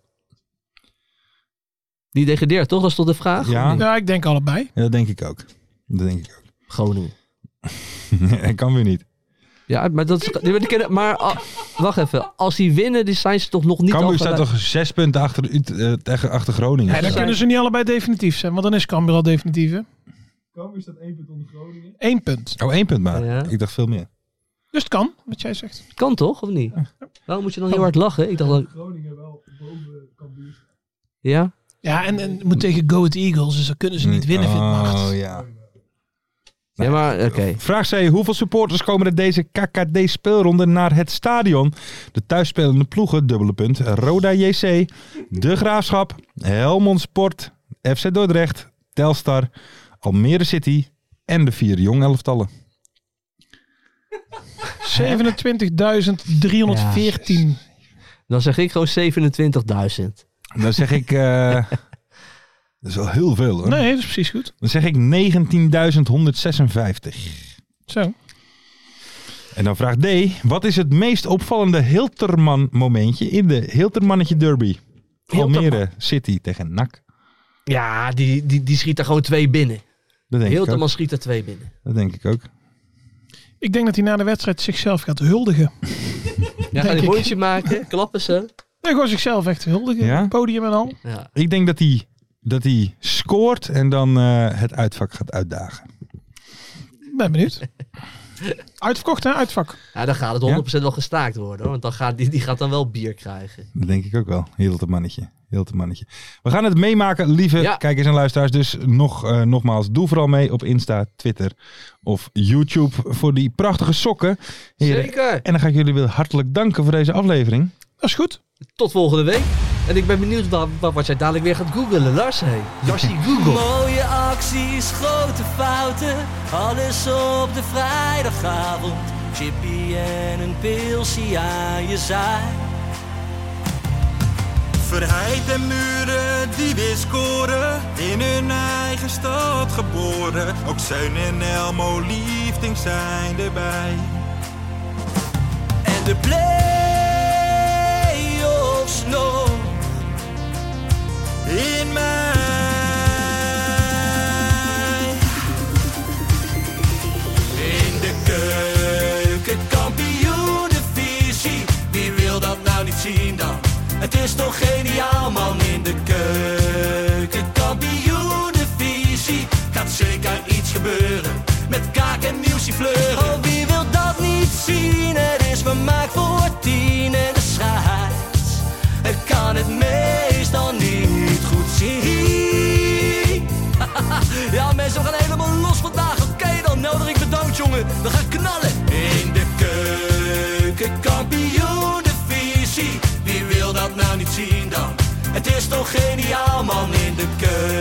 Die degradeert toch? Dat is toch de vraag? Ja, ik denk allebei. Ja, dat denk ik ook. Groningen. En Cambuur niet. Ja, maar dat is... Maar wacht even. Als die winnen, die zijn ze toch nog niet... Cambuur staat toch 6 punten achter Groningen. Ja, dan kunnen ze niet allebei definitief zijn. Want dan is Cambuur al definitief, hè? Cambuur staat 1 punt onder Groningen. 1 punt. Oh, 1 punt maar. Ja. Ik dacht veel meer. Dus het kan, wat jij zegt. Kan toch, of niet? Waarom moet je dan heel hard lachen? Ik dacht dat... Groningen wel boven Cambuur. Ja? Ja, en moet tegen Go Ahead Eagles, dus dan kunnen ze niet winnen, vindt Mart. Oh, ja. Ja, maar oké. Vraag C. Hoeveel supporters komen er deze KKD-speelronde naar het stadion? De thuisspelende ploegen, dubbele punt. Roda JC, De Graafschap, Helmond Sport, FC Dordrecht, Telstar, Almere City en de 4 jong elftallen. 27.314. Dan zeg ik gewoon 27.000. Dan zeg ik... dat is wel heel veel hoor. Nee, dat is precies goed. Dan zeg ik 19.156. Zo. En dan vraag D. Wat is het meest opvallende Hilterman momentje in de Hiltermannetje derby? Almere City tegen NAC. Ja, die schiet er gewoon 2 binnen. Dat denk Hilterman ik ook. schiet er 2 binnen. Dat denk ik ook. Ik denk dat hij na de wedstrijd zichzelf gaat huldigen. Ja, gaat een rondje maken, klappen ze. Nee, gewoon zichzelf echt huldigen. Ja? Podium en al. Ja. Ik denk dat hij scoort en dan het uitvak gaat uitdagen. Ben benieuwd. Uitverkocht, hè? Uitvak. Ja, dan gaat het 100% wel gestaakt worden. Hoor. Want dan gaat die gaat dan wel bier krijgen. Dat denk ik ook wel. Heel te mannetje. We gaan het meemaken, lieve kijkers en luisteraars. Dus nogmaals, doe vooral mee op Insta, Twitter of YouTube voor die prachtige sokken. Heren. Zeker. En dan ga ik jullie weer hartelijk danken voor deze aflevering. Dat is goed. Tot volgende week. En ik ben benieuwd wat jij dadelijk weer gaat googlen, Lars. Hey. Jarsie Google. Mooie acties, grote fouten. Alles op de vrijdagavond. Chippy en een pilsie aan je zaai. Verheid en Muren die weer scoren, in hun eigen stad geboren. Ook Zeun en Elmo Liefding zijn erbij. En de play-offs nog in mij. In de keuken, kampioenenvisie. Wie wil dat nou niet zien dan? Het is toch geniaal man, in de keuken, kampioenenvisie. Gaat zeker iets gebeuren, met kaak en muziefleuren. Oh, wie wil dat niet zien? Het is vermaakt voor 10 en de scheids. Ik kan het meestal niet goed zien. Ja mensen, we gaan helemaal los vandaag, oké? jongen, we gaan knallen. In de keukenkampioenenvisie. Wie wil dat nou niet zien dan? Het is toch geniaal man, in de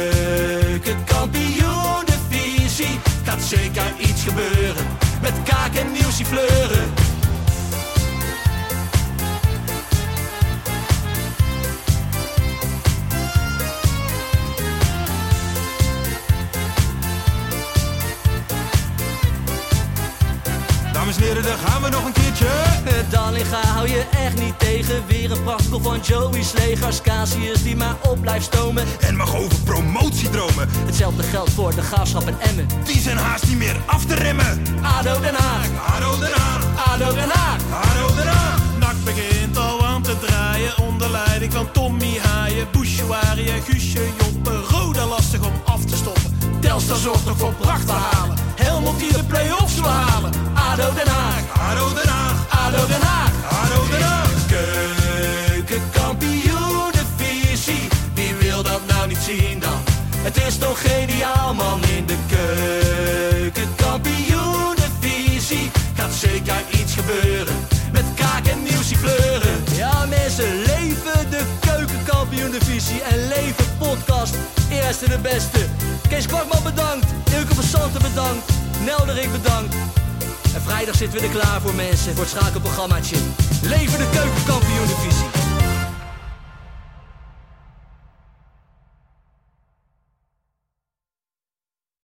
keukenkampioenenvisie. Gaat zeker iets gebeuren, met kaak en nieuwsie fleuren. Dames en heren, daar gaan we nog een keertje. Dallinga hou je echt niet tegen. Weer een prachtkel van Joey's legers. Casius die maar op blijft stomen. En mag over promotiedromen. Hetzelfde geldt voor de Graafschap en Emmen. Die zijn haast niet meer af te remmen. ADO Den Haag, ADO Den Haag, ADO Den Haag, ADO Den Haag. NAC begint al aan te draaien onder leiding van Tommy Haaien, Bouchouari en Guusje Joppen. Roda lastig om af te stoppen. Telstar zorgt nog voor pracht te halen. Helmond die de play-offs wil halen. ADO Den Haag, ADO Den Haag, ADO Den Haag, ADO Den Haag. Keukenkampioenenvisie. Wie wil dat nou niet zien dan? Het is toch geniaal man, in de keukenkampioenenvisie. Gaat zeker iets gebeuren, met kaak en nieuwsie kleuren. Ja mensen, leven de keukenkampioenenvisie en leven podcast. Eerste de beste. Kees Kwakman bedankt, Ilke van Santen bedankt, Nelderik bedankt. En vrijdag zitten we er klaar voor mensen, voor het schakelprogrammaatje. Leven de keukenkampioenenvisie.